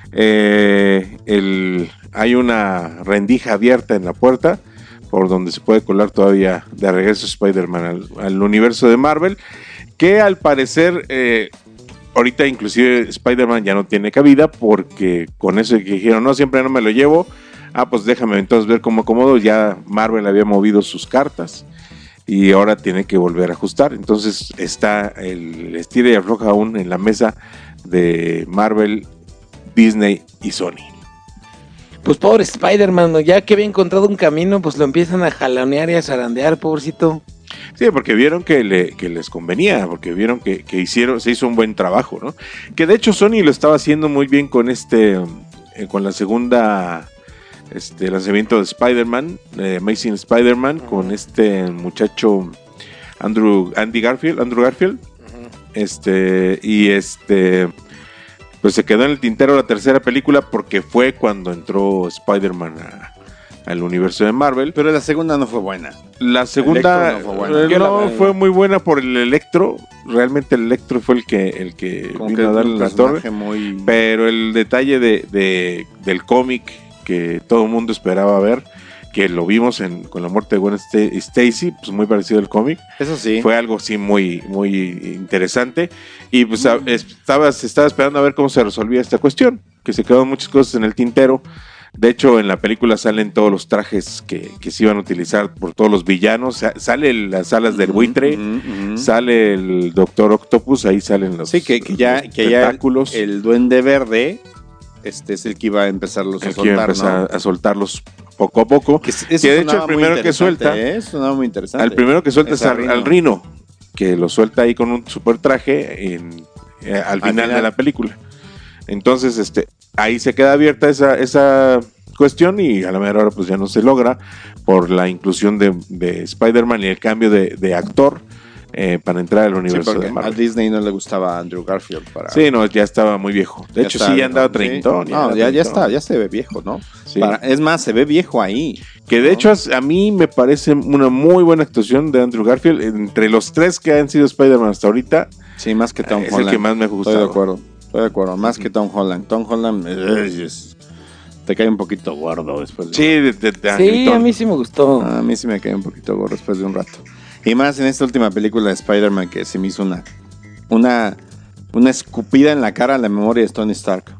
hay una rendija abierta en la puerta por donde se puede colar todavía de regreso Spider-Man al universo de Marvel, que al parecer ahorita inclusive Spider-Man ya no tiene cabida, porque con eso que dijeron, no, siempre no me lo llevo, pues déjame entonces ver cómo acomodo. Ya Marvel había movido sus cartas y ahora tiene que volver a ajustar. Entonces está el estira y afloja aún en la mesa de Marvel, Disney y Sony. Pues pobre Spider-Man, ya que había encontrado un camino, pues lo empiezan a jalonear y a zarandear, pobrecito. Sí, porque vieron que les convenía, porque vieron que se hizo un buen trabajo, ¿no? Que de hecho Sony lo estaba haciendo muy bien con con la segunda lanzamiento de Spider-Man, Amazing Spider-Man, con muchacho Andrew Garfield, pues se quedó en el tintero la tercera película porque fue cuando entró Spider-Man al universo de Marvel. Pero la segunda no fue buena. La segunda no fue muy buena por el Electro. Realmente el Electro fue el que vino a darle la torre. Pero el detalle del cómic que todo el mundo esperaba ver, que lo vimos con la muerte de Gwen Stacy, pues muy parecido al cómic. Eso sí. Fue algo sí muy, muy interesante. Y pues se estaba esperando a ver cómo se resolvía esta cuestión, que se quedaron muchas cosas en el tintero. De hecho, en la película salen todos los trajes que se iban a utilizar por todos los villanos. Sale las alas del buitre, sale el Doctor Octopus, ahí salen los tentáculos. El Duende Verde es el que iba a empezarlos a soltar, a soltarlos poco a poco. Que de hecho el primero que suelta sonaba muy interesante. El primero que suelta es al Rhino, que lo suelta ahí con un super traje al final de la película. Entonces ahí se queda abierta esa cuestión, y a la mejor hora pues ya no se logra por la inclusión de Spider-Man y el cambio de actor para entrar al universo de Marvel. A Disney no le gustaba Andrew Garfield Sí, no, ya estaba muy viejo. De hecho, sí, ya andaba treintón. Ya se ve viejo, ¿no? Sí. Es más, se ve viejo ahí. Que de hecho a mí me parece una muy buena actuación de Andrew Garfield. Entre los tres que han sido Spider-Man hasta ahorita, sí, más que Tom Holland. Es el que más me ha gustado. Estoy de acuerdo. Más que Tom Holland. Tom Holland te cae un poquito gordo después de... Sí, a mí sí me gustó. A mí sí me cae un poquito gordo después de un rato. Y más en esta última película de Spider-Man, que se me hizo una escupida en la cara a la memoria de Tony Stark.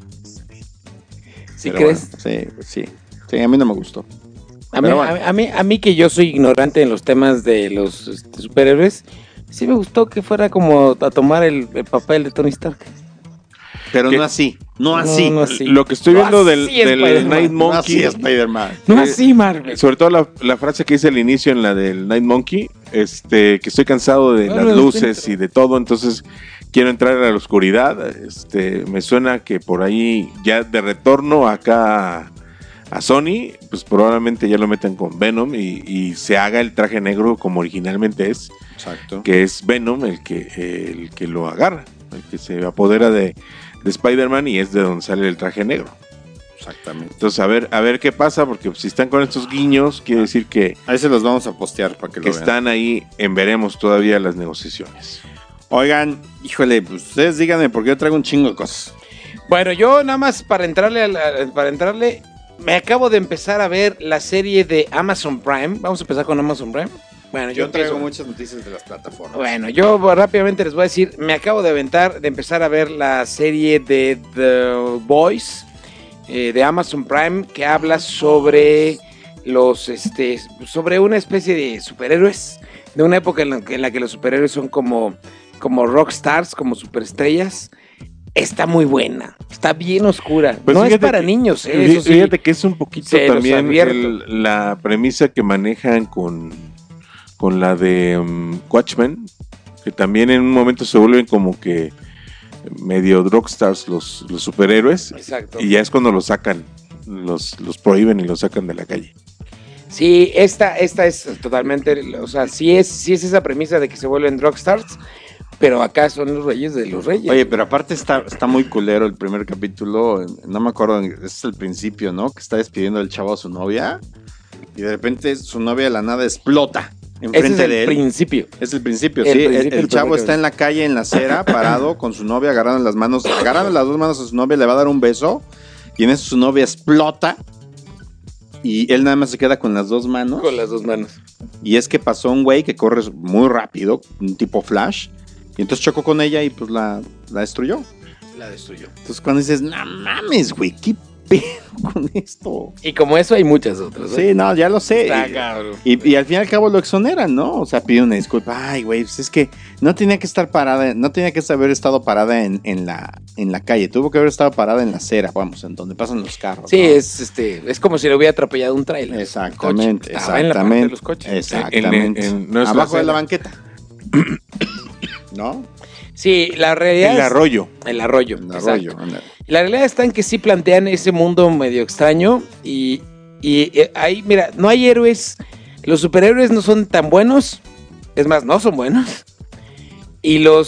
¿Sí crees? Bueno, sí, a mí no me gustó. A mí que yo soy ignorante en los temas de los superhéroes, sí me gustó que fuera como a tomar el papel de Tony Stark. Pero no así. Lo que estoy viendo del Night Monkey. No así Spider-Man. No así Marvel. Sobre todo la frase que hice al inicio en la del Night Monkey, que estoy cansado de las luces y de todo, entonces quiero entrar a la oscuridad. Me suena que por ahí ya de retorno acá a Sony, pues probablemente ya lo metan con Venom y se haga el traje negro como originalmente es. Exacto. Que es Venom el que lo agarra, el que se apodera de Spider-Man, y es de donde sale el traje negro. Exactamente. Entonces a ver qué pasa, porque si están con estos guiños, quiere decir que ahí se los vamos a postear para que lo vean. Están ahí en veremos todavía las negociaciones. Oigan, híjole, pues ustedes díganme, porque yo traigo un chingo de cosas. Bueno, yo nada más para entrarle, me acabo de empezar a ver la serie de Amazon Prime. Vamos a empezar con Amazon Prime. Bueno, yo traigo muchas noticias de las plataformas. Bueno, yo rápidamente les voy a decir, me acabo de empezar a ver la serie de The Boys de Amazon Prime, que habla sobre sobre una especie de superhéroes, de una época en la que los superhéroes son como rockstars, como superestrellas. Está muy buena, está bien oscura. Pues no es para niños, eso sí. Fíjate que es un poquito también la premisa que manejan con la de Watchmen, que también en un momento se vuelven como que medio rockstars los superhéroes. Exacto. Y ya es cuando los sacan, los prohíben y los sacan de la calle. Sí, esta es totalmente, o sea, sí es esa premisa de que se vuelven rockstars, pero acá son los reyes de los reyes. Oye, pero aparte está muy culero el primer capítulo, no me acuerdo, es el principio, ¿no? Que está despidiendo el chavo a su novia. Y de repente su novia de la nada explota enfrente de él. Es el principio, sí. El chavo está en la calle, en la acera, parado con su novia, agarrando las dos manos a su novia, le va a dar un beso. Y en eso su novia explota. Y él nada más se queda con las dos manos. Con las dos manos. Y es que pasó un güey que corre muy rápido, un tipo Flash. Y entonces chocó con ella y pues la destruyó. Entonces cuando dices, no mames, güey, qué pedo con esto. Y como eso hay muchas otras. Sí, no, ya lo sé. Está cabrón. Y al fin y al cabo lo exoneran, ¿no? O sea, pide una disculpa. Ay, güey, pues es que no tenía que estar parada, no tenía que haber estado parada en la calle. Tuvo que haber estado parada en la acera, vamos, en donde pasan los carros. Sí, ¿no? es como si le hubiera atropellado un trailer. Exactamente. Estaba en la parte de los coches. Exactamente. No abajo de la banqueta. ¿No? Sí, la realidad El arroyo. La realidad está en que sí plantean ese mundo medio extraño y ahí, mira, no hay héroes, los superhéroes no son tan buenos, es más, no son buenos, y ahora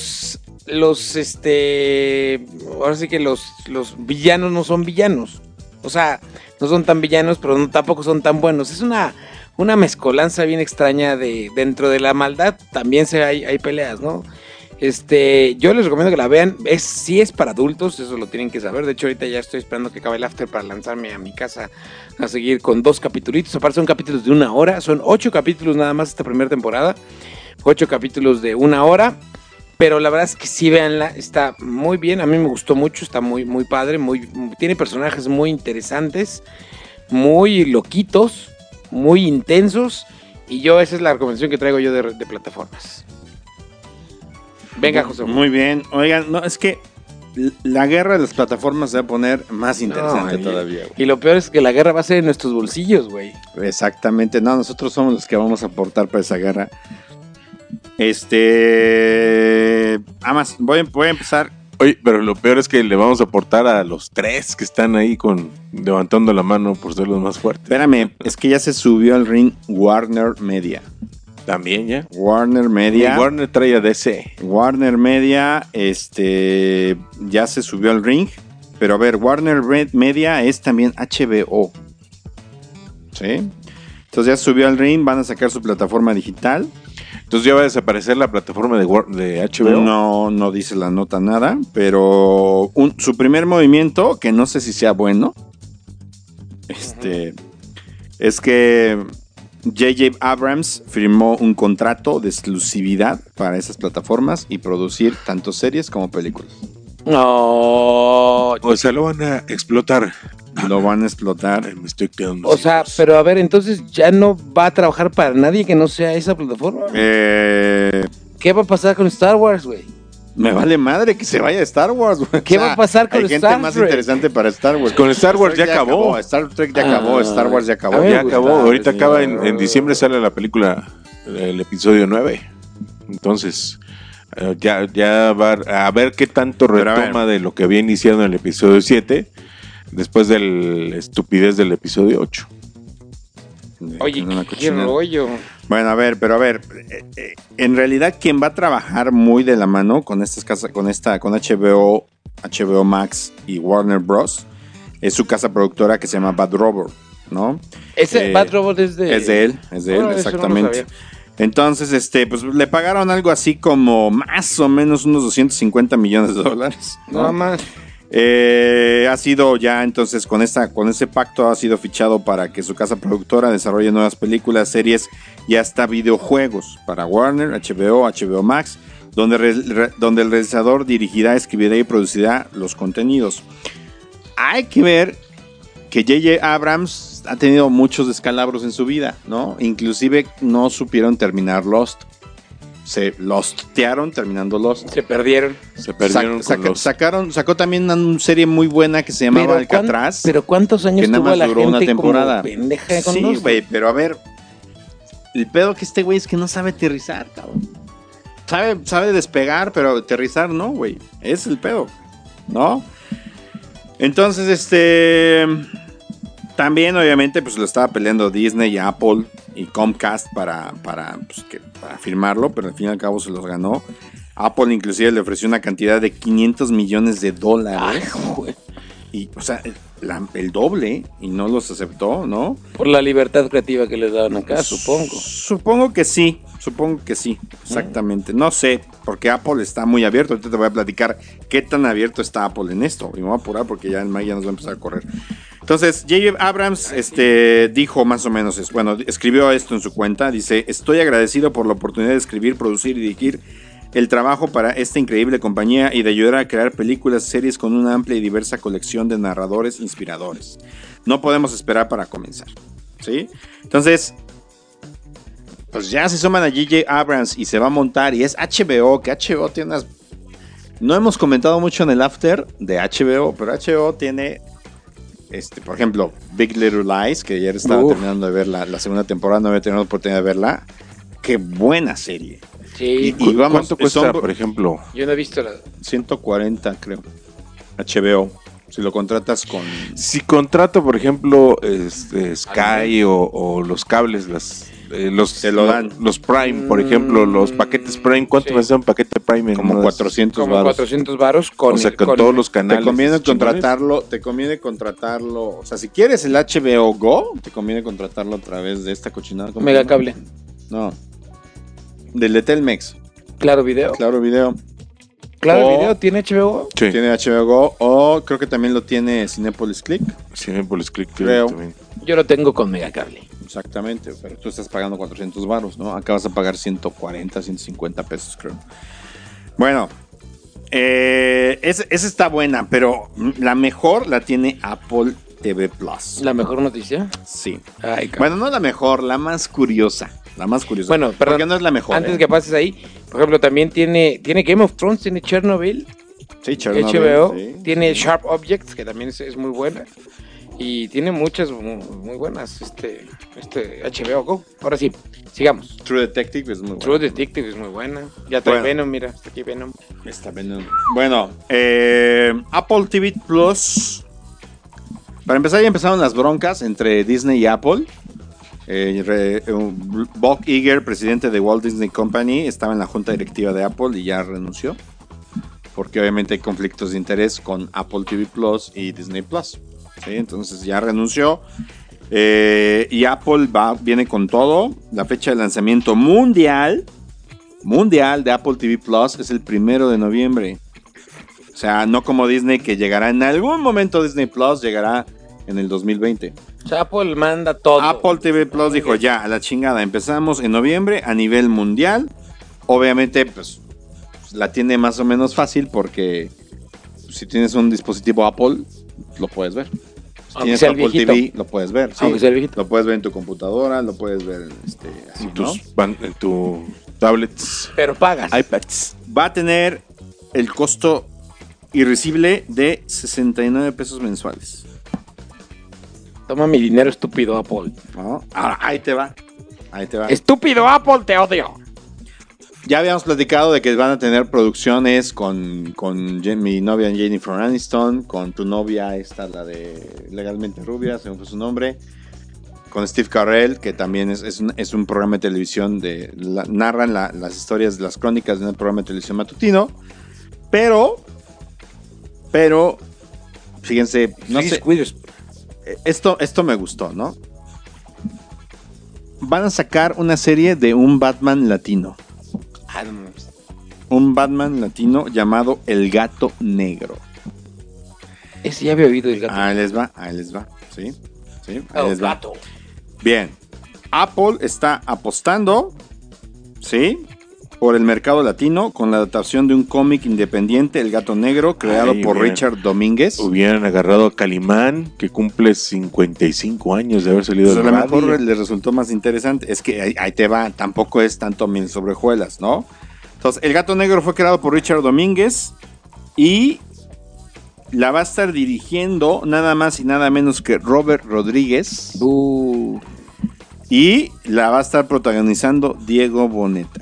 sí que los villanos no son villanos, o sea, no son tan villanos, pero tampoco son tan buenos, es una mezcolanza bien extraña dentro de la maldad, también hay peleas, ¿no? Yo les recomiendo que la vean. Sí es para adultos, eso lo tienen que saber. De hecho, ahorita ya estoy esperando que acabe el after para lanzarme a mi casa a seguir con 2 capítulos. Aparte son capítulos de 1 hora. Son 8 capítulos nada más esta primera temporada. 8 capítulos de 1 hora. Pero la verdad es que sí, véanla. Está muy bien. A mí me gustó mucho. Está muy, muy padre. Tiene personajes muy interesantes. Muy loquitos. Muy intensos. Y esa es la recomendación que traigo yo de plataformas. Venga, José. Muy bien. Oigan, no, es que la guerra de las plataformas se va a poner más interesante todavía. Güey. Y lo peor es que la guerra va a ser en nuestros bolsillos, güey. Exactamente. No, nosotros somos los que vamos a aportar para esa guerra. Además, voy a empezar. Oye, pero lo peor es que le vamos a aportar a los 3 que están ahí levantando la mano por ser los más fuertes. Espérame, es que ya se subió al ring Warner Media. También ya. Warner Media. Y Warner trae a DC. Warner Media, ya se subió al ring. Pero a ver, Warner Media es también HBO. ¿Sí? Entonces ya subió al ring, van a sacar su plataforma digital. Entonces ya va a desaparecer la plataforma de HBO. No dice la nota nada, pero su primer movimiento, que no sé si sea bueno, es que J.J. Abrams firmó un contrato de exclusividad para esas plataformas y producir tanto series como películas. No. O sea, lo van a explotar. Lo van a explotar. Me estoy quedando. O sea, pero a ver, entonces ya no va a trabajar para nadie que no sea esa plataforma. ¿Qué va a pasar con Star Wars, güey? Me vale madre que se vaya a Star Wars, güey. ¿Qué va a pasar con Star Trek? Hay gente más interesante para Star Wars. Con Star Wars ya acabó. Star Trek ya acabó. Star Wars ya acabó. Ya acabó. Ahorita acaba en diciembre, sale la película, el episodio 9. Entonces, ya va a ver qué tanto retoma de lo que había iniciado en el episodio 7, después de la estupidez del episodio 8. Oye, qué rollo. Bueno, pero a ver, en realidad quien va a trabajar muy de la mano con estas casas, con HBO Max y Warner Bros. Es su casa productora que se llama Bad Robot, ¿no? Ese Bad Robot es de él, exactamente. Entonces, pues le pagaron algo así como más o menos unos $250 millones, ¿no? Nada más. Ha sido ya entonces con ese pacto ha sido fichado para que su casa productora desarrolle nuevas películas, series y hasta videojuegos para Warner, HBO Max, donde el realizador dirigirá, escribirá y producirá los contenidos. Hay que ver que J.J. Abrams ha tenido muchos descalabros en su vida, ¿no? Inclusive no supieron terminar Lost. Se lostearon terminando Lost. Se perdieron con Lost. Sacó también una serie muy buena que se llamaba Alcatraz. Pero ¿cuántos años tuvo la gente una temporada como pendeja con Lost? Sí, güey, pero a ver, el pedo que este güey es que no sabe aterrizar, cabrón. Sabe despegar, pero aterrizar no, güey. Es el pedo, ¿no? Entonces, también obviamente pues lo estaba peleando Disney y Apple y Comcast para firmarlo, pero al fin y al cabo se los ganó. Apple inclusive le ofreció una cantidad de $500 millones. Ay, güey. y o sea, el doble, y no los aceptó, ¿no? Por la libertad creativa que les daban acá, supongo. Supongo que sí, exactamente. No sé, porque Apple está muy abierto. Ahorita te voy a platicar qué tan abierto está Apple en esto. Y me voy a apurar porque ya en mayo ya nos va a empezar a correr. Entonces, J.J. Abrams dijo más o menos, escribió esto en su cuenta. Dice, estoy agradecido por la oportunidad de escribir, producir y dirigir el trabajo para esta increíble compañía y de ayudar a crear películas y series con una amplia y diversa colección de narradores inspiradores. No podemos esperar para comenzar, ¿sí? Entonces, pues ya se suman a J.J. Abrams y se va a montar, y es HBO, que HBO tiene unas... No hemos comentado mucho en el after de HBO, pero HBO tiene, por ejemplo, Big Little Lies, que ayer estaba terminando de ver la segunda temporada, no había tenido la oportunidad de verla. Qué buena serie. Sí. Y vamos, ¿cuánto cuesta, por ejemplo? Yo no he visto la... 140, creo. HBO. Si lo contratas con... Si contrato, por ejemplo, Sky o los cables, te lo dan. Los Prime, por ejemplo, los paquetes Prime, ¿cuánto me hace un paquete Prime? Como 400 como varos. 400 varos con, o sea, con todos los canales. Te conviene contratarlo. O sea, si quieres el HBO Go, te conviene contratarlo a través de esta cochinada. Megacable. No. Del de Telmex. Claro Video. Claro Video. Claro Video tiene HBO. Sí. Tiene HBO Go. O creo que también lo tiene Cinépolis Click. Cinépolis Click, creo. También. Yo lo tengo con Megacable. Exactamente, pero tú estás pagando 400 varos, ¿no? Acá vas a pagar 140, 150 pesos, creo. Bueno, esa está buena, pero la mejor la tiene Apple TV Plus. ¿La mejor noticia? Sí. Ay, bueno, no la mejor, la más curiosa. La más curiosa. Bueno, perdón. Porque no es la mejor. Antes que pases ahí, por ejemplo, también tiene Game of Thrones, tiene Chernobyl. Sí, Chernobyl. HBO. Sí. Tiene Sharp Objects, que también es muy buena. Y tiene muchas muy buenas HBO Go. Ahora sí, sigamos. True Detective es muy buena. True Detective es muy buena. Ya trae Venom, mira, está aquí Venom. Está Venom. Bueno, Apple TV Plus. Para empezar, ya empezaron las broncas entre Disney y Apple. Bob Iger, presidente de Walt Disney Company, estaba en la junta directiva de Apple y ya renunció. Porque obviamente hay conflictos de interés con Apple TV Plus y Disney Plus. ¿Sí? Entonces ya renunció. Y Apple viene con todo. La fecha de lanzamiento mundial de Apple TV Plus es el 1 de noviembre. O sea, no como Disney, que llegará en algún momento. Disney Plus llegará en el 2020. O sea, Apple manda todo. Apple TV Plus dijo, ya, a la chingada. Empezamos en noviembre a nivel mundial. Obviamente, pues, la tiene más o menos fácil porque si tienes un dispositivo Apple, lo puedes ver. Si tienes Apple TV, lo puedes ver. Sí. Lo puedes ver en tu computadora, lo puedes ver así, en tu tablets. Pero pagas. iPads. Va a tener el costo irrisible de 69 pesos mensuales. Toma mi dinero, estúpido Apple. ¿No? Ahora, ahí te va. Estúpido Apple, te odio. Ya habíamos platicado de que van a tener producciones con mi novia Jennifer Aniston, con tu novia esta, la de Legalmente Rubia, se me fue su nombre, con Steve Carell, que también es un programa de televisión narran las historias, las crónicas de un programa de televisión matutino, pero fíjense, no sé, esto me gustó, ¿no? Van a sacar una serie de un Batman latino. Un Batman latino llamado El Gato Negro. Ese ya había oído El Gato. Ahí les va. Sí, ahí les va. Gato. Bien. Apple está apostando, ¿sí?, por el mercado latino con la adaptación de un cómic independiente, El Gato Negro, creado por Richard Domínguez. Hubieran agarrado a Calimán, que cumple 55 años de haber salido de la radio. A lo mejor les resultó más interesante. Es que ahí te va, tampoco es tanto mil sobre hojuelas, ¿no? Entonces, El Gato Negro fue creado por Richard Domínguez y la va a estar dirigiendo nada más y nada menos que Robert Rodríguez. Y la va a estar protagonizando Diego Boneta.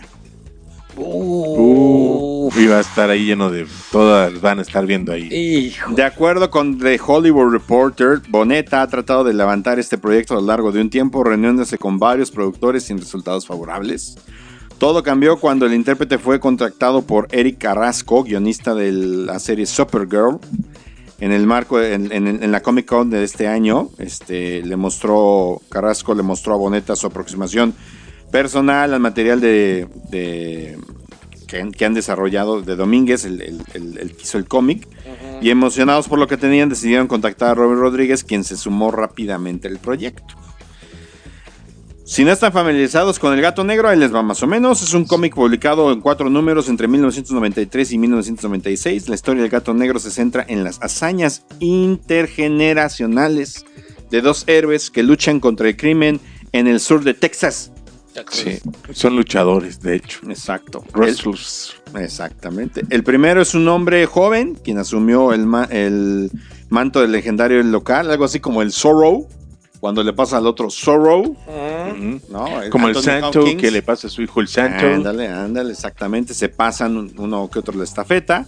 Y va a estar ahí lleno de... Todas van a estar viendo ahí. Hijo. De acuerdo con The Hollywood Reporter, Boneta ha tratado de levantar este proyecto a lo largo de un tiempo, reuniéndose con varios productores sin resultados favorables. Todo cambió cuando el intérprete fue contactado por Eric Carrasco, guionista de la serie Supergirl, en el marco, en la Comic Con de este año, Carrasco le mostró a Boneta su aproximación personal al material que han desarrollado de Domínguez, el que hizo el cómic, y emocionados por lo que tenían, decidieron contactar a Robert Rodríguez, quien se sumó rápidamente al proyecto. Si no están familiarizados con El Gato Negro, ahí les va más o menos. Es un cómic publicado en 4 números entre 1993 y 1996. La historia del Gato Negro se centra en las hazañas intergeneracionales de 2 héroes que luchan contra el crimen en el sur de Texas. Sí, son luchadores, de hecho. Exacto. Wrestlers. Exactamente. El primero es un hombre joven, quien asumió el manto del legendario local, algo así como el Zorro, cuando le pasa al otro Zorro. ¿No? Como Anthony el Santo, Hopkins, que le pasa a su hijo el Santo. Ándale, exactamente. Se pasan uno que otro la estafeta.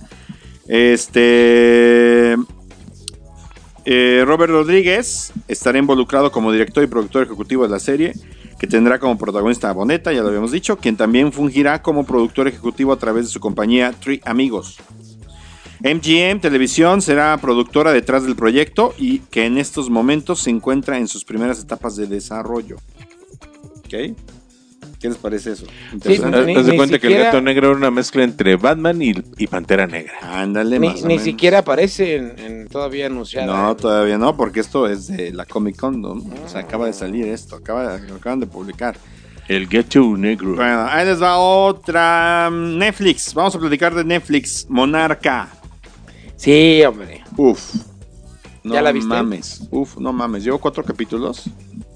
Robert Rodríguez estará involucrado como director y productor ejecutivo de la serie, que tendrá como protagonista a Boneta, ya lo habíamos dicho, quien también fungirá como productor ejecutivo a través de su compañía Three Amigos. MGM Televisión será productora detrás del proyecto y que en estos momentos se encuentra en sus primeras etapas de desarrollo. ¿Ok? ¿Qué les parece eso? Interesante. Haz de cuenta que el Gato Negro era una mezcla entre Batman y Pantera Negra. Ándale, ni siquiera aparece en todavía anunciada. No, todavía no, porque esto es de la Comic Con, ¿no? O sea, acaba de salir esto, acaban de publicar. El Gato Negro. Bueno, ahí les va otra. Netflix, vamos a platicar de Netflix. Monarca. Sí, hombre. Uf. ¿Ya la viste? No mames. Llevo 4 capítulos.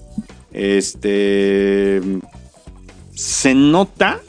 Se nota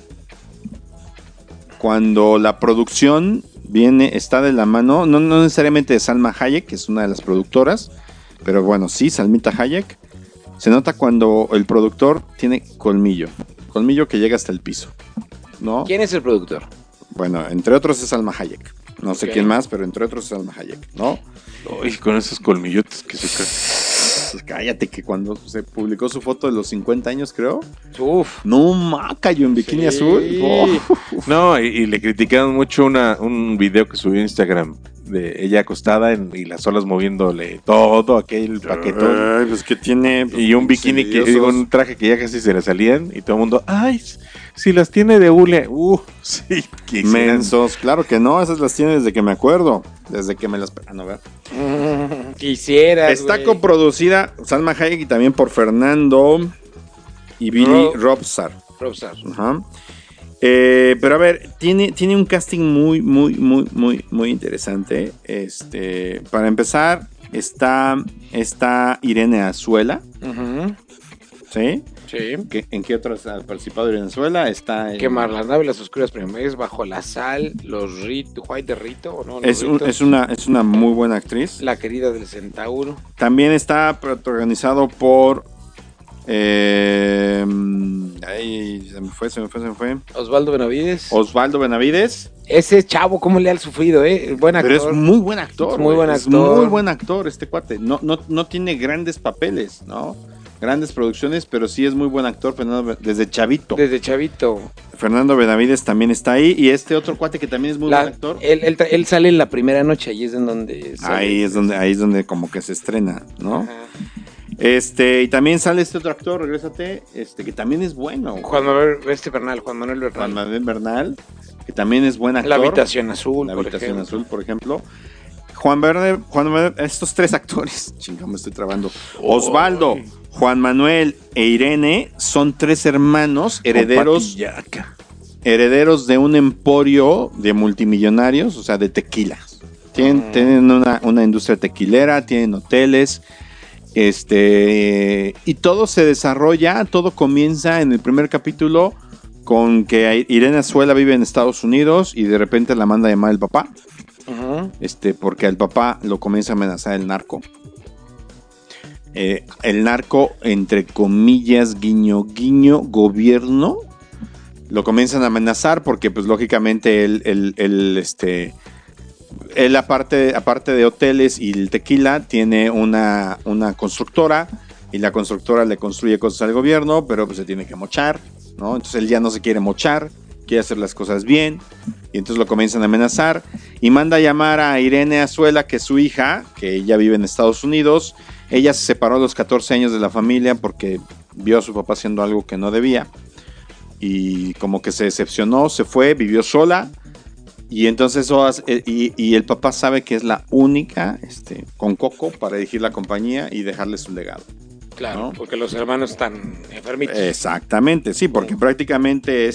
cuando la producción está de la mano, no necesariamente de Salma Hayek, que es una de las productoras, pero bueno, sí, Salmita Hayek. Se nota cuando el productor tiene colmillo que llega hasta el piso, ¿no? ¿Quién es el productor? Bueno, entre otros es Salma Hayek. No sé quién más, pero entre otros es Salma Hayek, ¿no? Uy, con esos colmillotes que se caen. Pues cállate, que cuando se publicó su foto de los 50 años, creo. Uf. No, cayó en bikini azul. No, y le criticaron mucho un video que subió a Instagram de ella acostada y las olas moviéndole todo aquel paquetón. Ay, pues que tiene. Y un bikini un traje que ya casi se le salían y todo el mundo, ay, si las tiene de hule. Sí. Mensos, claro que no, esas las tiene desde que me acuerdo. Desde que me las... no, ¿verdad? Quisiera. Está coproducida Salma Hayek y también por Fernando y Billy Robsar. Ajá. Pero a ver, tiene un casting muy interesante. Para empezar, está Irene Azuela. ¿Sí? Sí. ¿En qué otras ha participado Irene Azuela? Está Quemar las naves, las oscuras primeras, Bajo la sal, Los Rito, White de Rito, ¿o no? Es una muy buena actriz. La querida del Centauro. También está protagonizado por se me fue. Osvaldo Benavides. Ese chavo, ¿cómo le ha sufrido, Buen actor. Pero es muy buen actor. Es muy buen actor. Muy buen actor este cuate. No tiene grandes papeles, ¿no? Grandes producciones, pero sí es muy buen actor, desde chavito. Fernando Benavides también está ahí. Y este otro cuate que también es muy buen actor. Él sale en La Primera Noche, ahí es en donde sale. Ahí es donde como que se estrena, ¿no? Ajá. Y también sale este otro actor, regrésate, que también es bueno. Juan Manuel Bernal, que también es buen actor. La Habitación Azul, por ejemplo. Juan Verde, estos 3 actores, me estoy trabando. Osvaldo, Juan Manuel e Irene son 3 hermanos herederos de un emporio de multimillonarios, o sea, de tequilas. Tienen una industria tequilera, tienen hoteles. Y todo se desarrolla, todo comienza en el primer capítulo con que Irene Azuela vive en Estados Unidos y de repente la manda a llamar el papá. Porque al papá lo comienza a amenazar el narco. El narco, entre comillas, guiño, gobierno, lo comienzan a amenazar porque, pues, lógicamente, él aparte de hoteles y el tequila, tiene una constructora y la constructora le construye cosas al gobierno, pero pues se tiene que mochar, ¿no? Entonces él ya no se quiere mochar, quiere hacer las cosas bien. y entonces lo comienzan a amenazar y manda a llamar a Irene Azuela, que es su hija, que ella vive en Estados Unidos. Ella se separó a los 14 años de la familia porque vio a su papá haciendo algo que no debía y como que se decepcionó, se fue, vivió sola y entonces y el papá sabe que es la única con coco para dirigir la compañía y dejarle su legado. Claro, ¿no? porque los hermanos están enfermitos. Exactamente, sí, porque prácticamente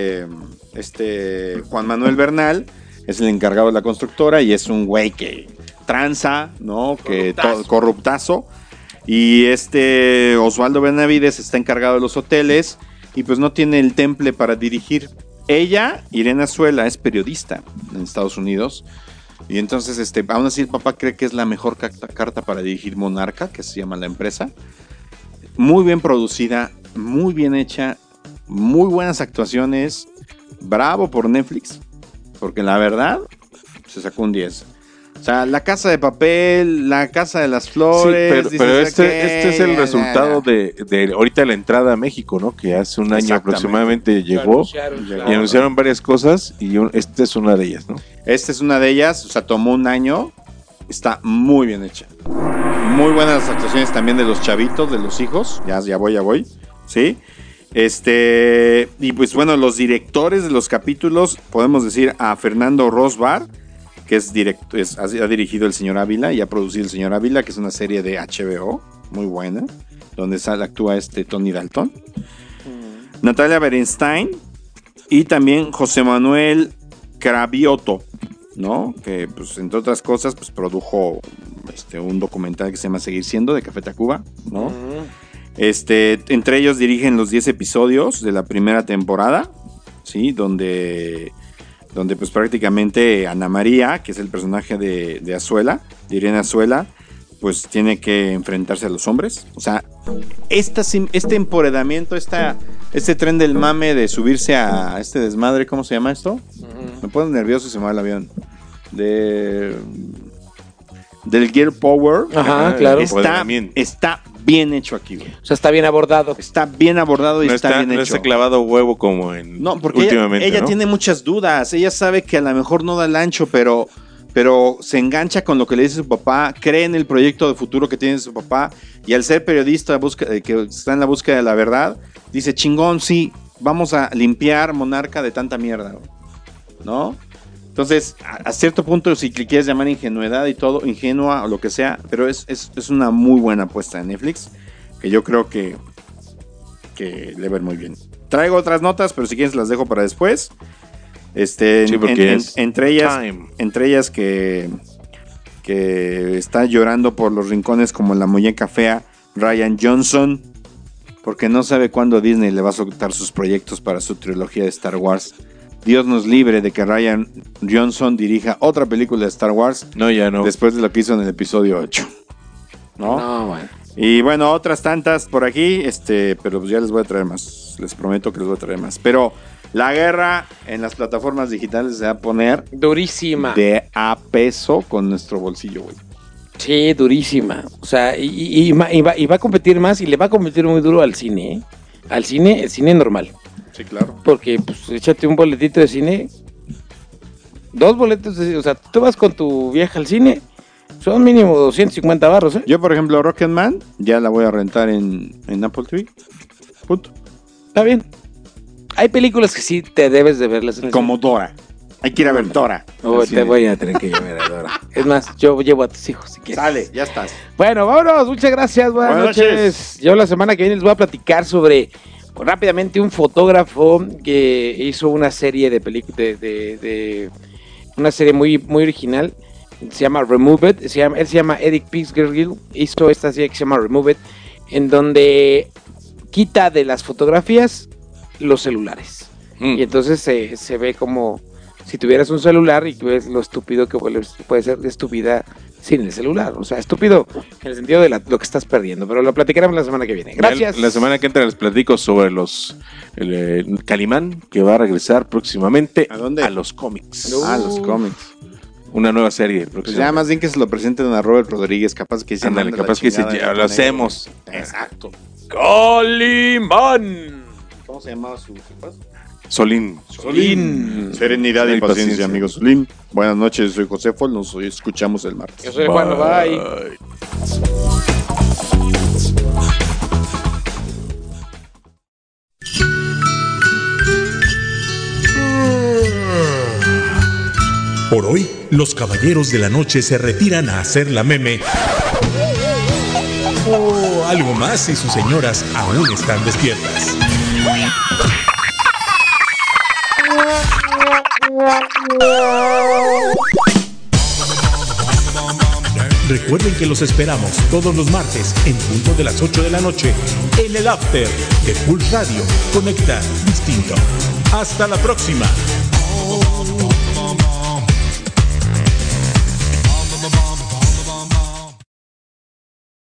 Juan Manuel Bernal es el encargado de la constructora y es un güey que tranza, ¿no? Corruptazo. Y Osvaldo Benavides está encargado de los hoteles y pues no tiene el temple para dirigir. Ella, Irene Azuela, es periodista en Estados Unidos. Y entonces, aún así el papá cree que es la mejor carta para dirigir Monarca, que se llama la empresa. Muy bien producida, muy bien hecha, muy buenas actuaciones. Bravo por Netflix, porque la verdad se sacó un 10. O sea, La Casa de Papel, La Casa de las Flores. Sí, pero este es el resultado de ahorita la entrada a México, ¿no? Que hace un año aproximadamente llegó y anunciaron varias cosas y esta es una de ellas, ¿no? Esta es una de ellas, o sea, tomó un año, está muy bien hecha. Muy buenas las actuaciones también de los chavitos, de los hijos. Ya voy, ¿sí? Y pues bueno, los directores de los capítulos, podemos decir a Fernando Rosbar, que ha dirigido El Señor Ávila y ha producido El Señor Ávila, que es una serie de HBO, muy buena, donde actúa Tony Dalton. Natalia Berenstein y también José Manuel Cravioto, ¿no? Que pues entre otras cosas pues produjo un documental que se llama Seguir Siendo, de Café Tacuba, ¿no? Entre ellos dirigen los 10 episodios de la primera temporada, ¿sí? Donde pues prácticamente Ana María, que es el personaje de Azuela, de Irene Azuela, pues tiene que enfrentarse a los hombres. O sea, este empoderamiento, este tren del mame de subirse a este desmadre, ¿cómo se llama esto? Me pone nervioso y se me va el avión. Del Gear Power. Ajá, claro. Está bien hecho aquí, güey. O sea, está bien abordado. Está bien abordado y está bien hecho. No está clavado huevo como porque últimamente, ella tiene muchas dudas. Ella sabe que a lo mejor no da el ancho, pero se engancha con lo que le dice su papá, cree en el proyecto de futuro que tiene su papá, y al ser periodista que está en la búsqueda de la verdad, dice, chingón, sí, vamos a limpiar Monarca de tanta mierda, ¿no? Entonces, a cierto punto, si le quieres llamar ingenuidad y todo, ingenua o lo que sea, pero es una muy buena apuesta de Netflix, que yo creo que le va muy bien. Traigo otras notas, pero si quieres las dejo para después. Entre ellas que está llorando por los rincones como la muñeca fea, Rian Johnson, porque no sabe cuándo Disney le va a soltar sus proyectos para su trilogía de Star Wars. Dios nos libre de que Rian Johnson dirija otra película de Star Wars. No, ya no. Después de lo que hizo en el episodio 8. No, bueno. Y bueno, otras tantas por aquí, pero pues ya les voy a traer más. Les prometo que les voy a traer más. Pero la guerra en las plataformas digitales se va a poner durísima. De a peso con nuestro bolsillo, güey. Sí, durísima. O sea, y va a competir más y le va a competir muy duro al cine, ¿eh? Al cine, el cine normal. Sí, claro. Porque, pues, échate un boletito de cine. 2 boletos, o sea, tú vas con tu vieja al cine, son mínimo 250 barros, ¿eh? Yo, por ejemplo, Rocketman, ya la voy a rentar en Apple TV. Punto. Está bien. Hay películas que sí te debes de verlas en el como cine. Dora. Hay que ir a ver Dora. Te voy a tener que llevar a Dora. Es más, yo llevo a tus hijos si quieres. Sale, ya estás. Bueno, vámonos. Muchas gracias. Buenas noches. Yo la semana que viene les voy a platicar sobre rápidamente un fotógrafo que hizo una serie de películas de una serie muy, muy original. Se llama Remove It. Él se llama Eric Pixgergill. Hizo esta serie que se llama Remove It, en donde quita de las fotografías los celulares. Y entonces se ve como si tuvieras un celular y ves lo estúpido que puede ser de tu vida sin el celular. O sea, estúpido en el sentido de lo que estás perdiendo. Pero lo platicaremos la semana que viene. Gracias. La semana que entra les platico sobre el Calimán, que va a regresar próximamente. ¿A dónde? A los cómics. A los cómics. Una nueva serie. Pues ya más bien que se lo presenten a Robert Rodríguez, capaz que ándale, capaz que ya lo hacemos. Exacto. Calimán. ¿Cómo se llamaba su esposo? Solín. Serenidad y paciencia, amigos. Solín. Buenas noches, soy Josefo. Nos escuchamos el martes. Yo soy Juan. Bye. Por hoy, los caballeros de la noche se retiran a hacer la meme. O algo más si sus señoras aún están despiertas. Recuerden que los esperamos todos los martes en punto de las 8 de la noche en el After de Pulse Radio. Conecta distinto. Hasta la próxima.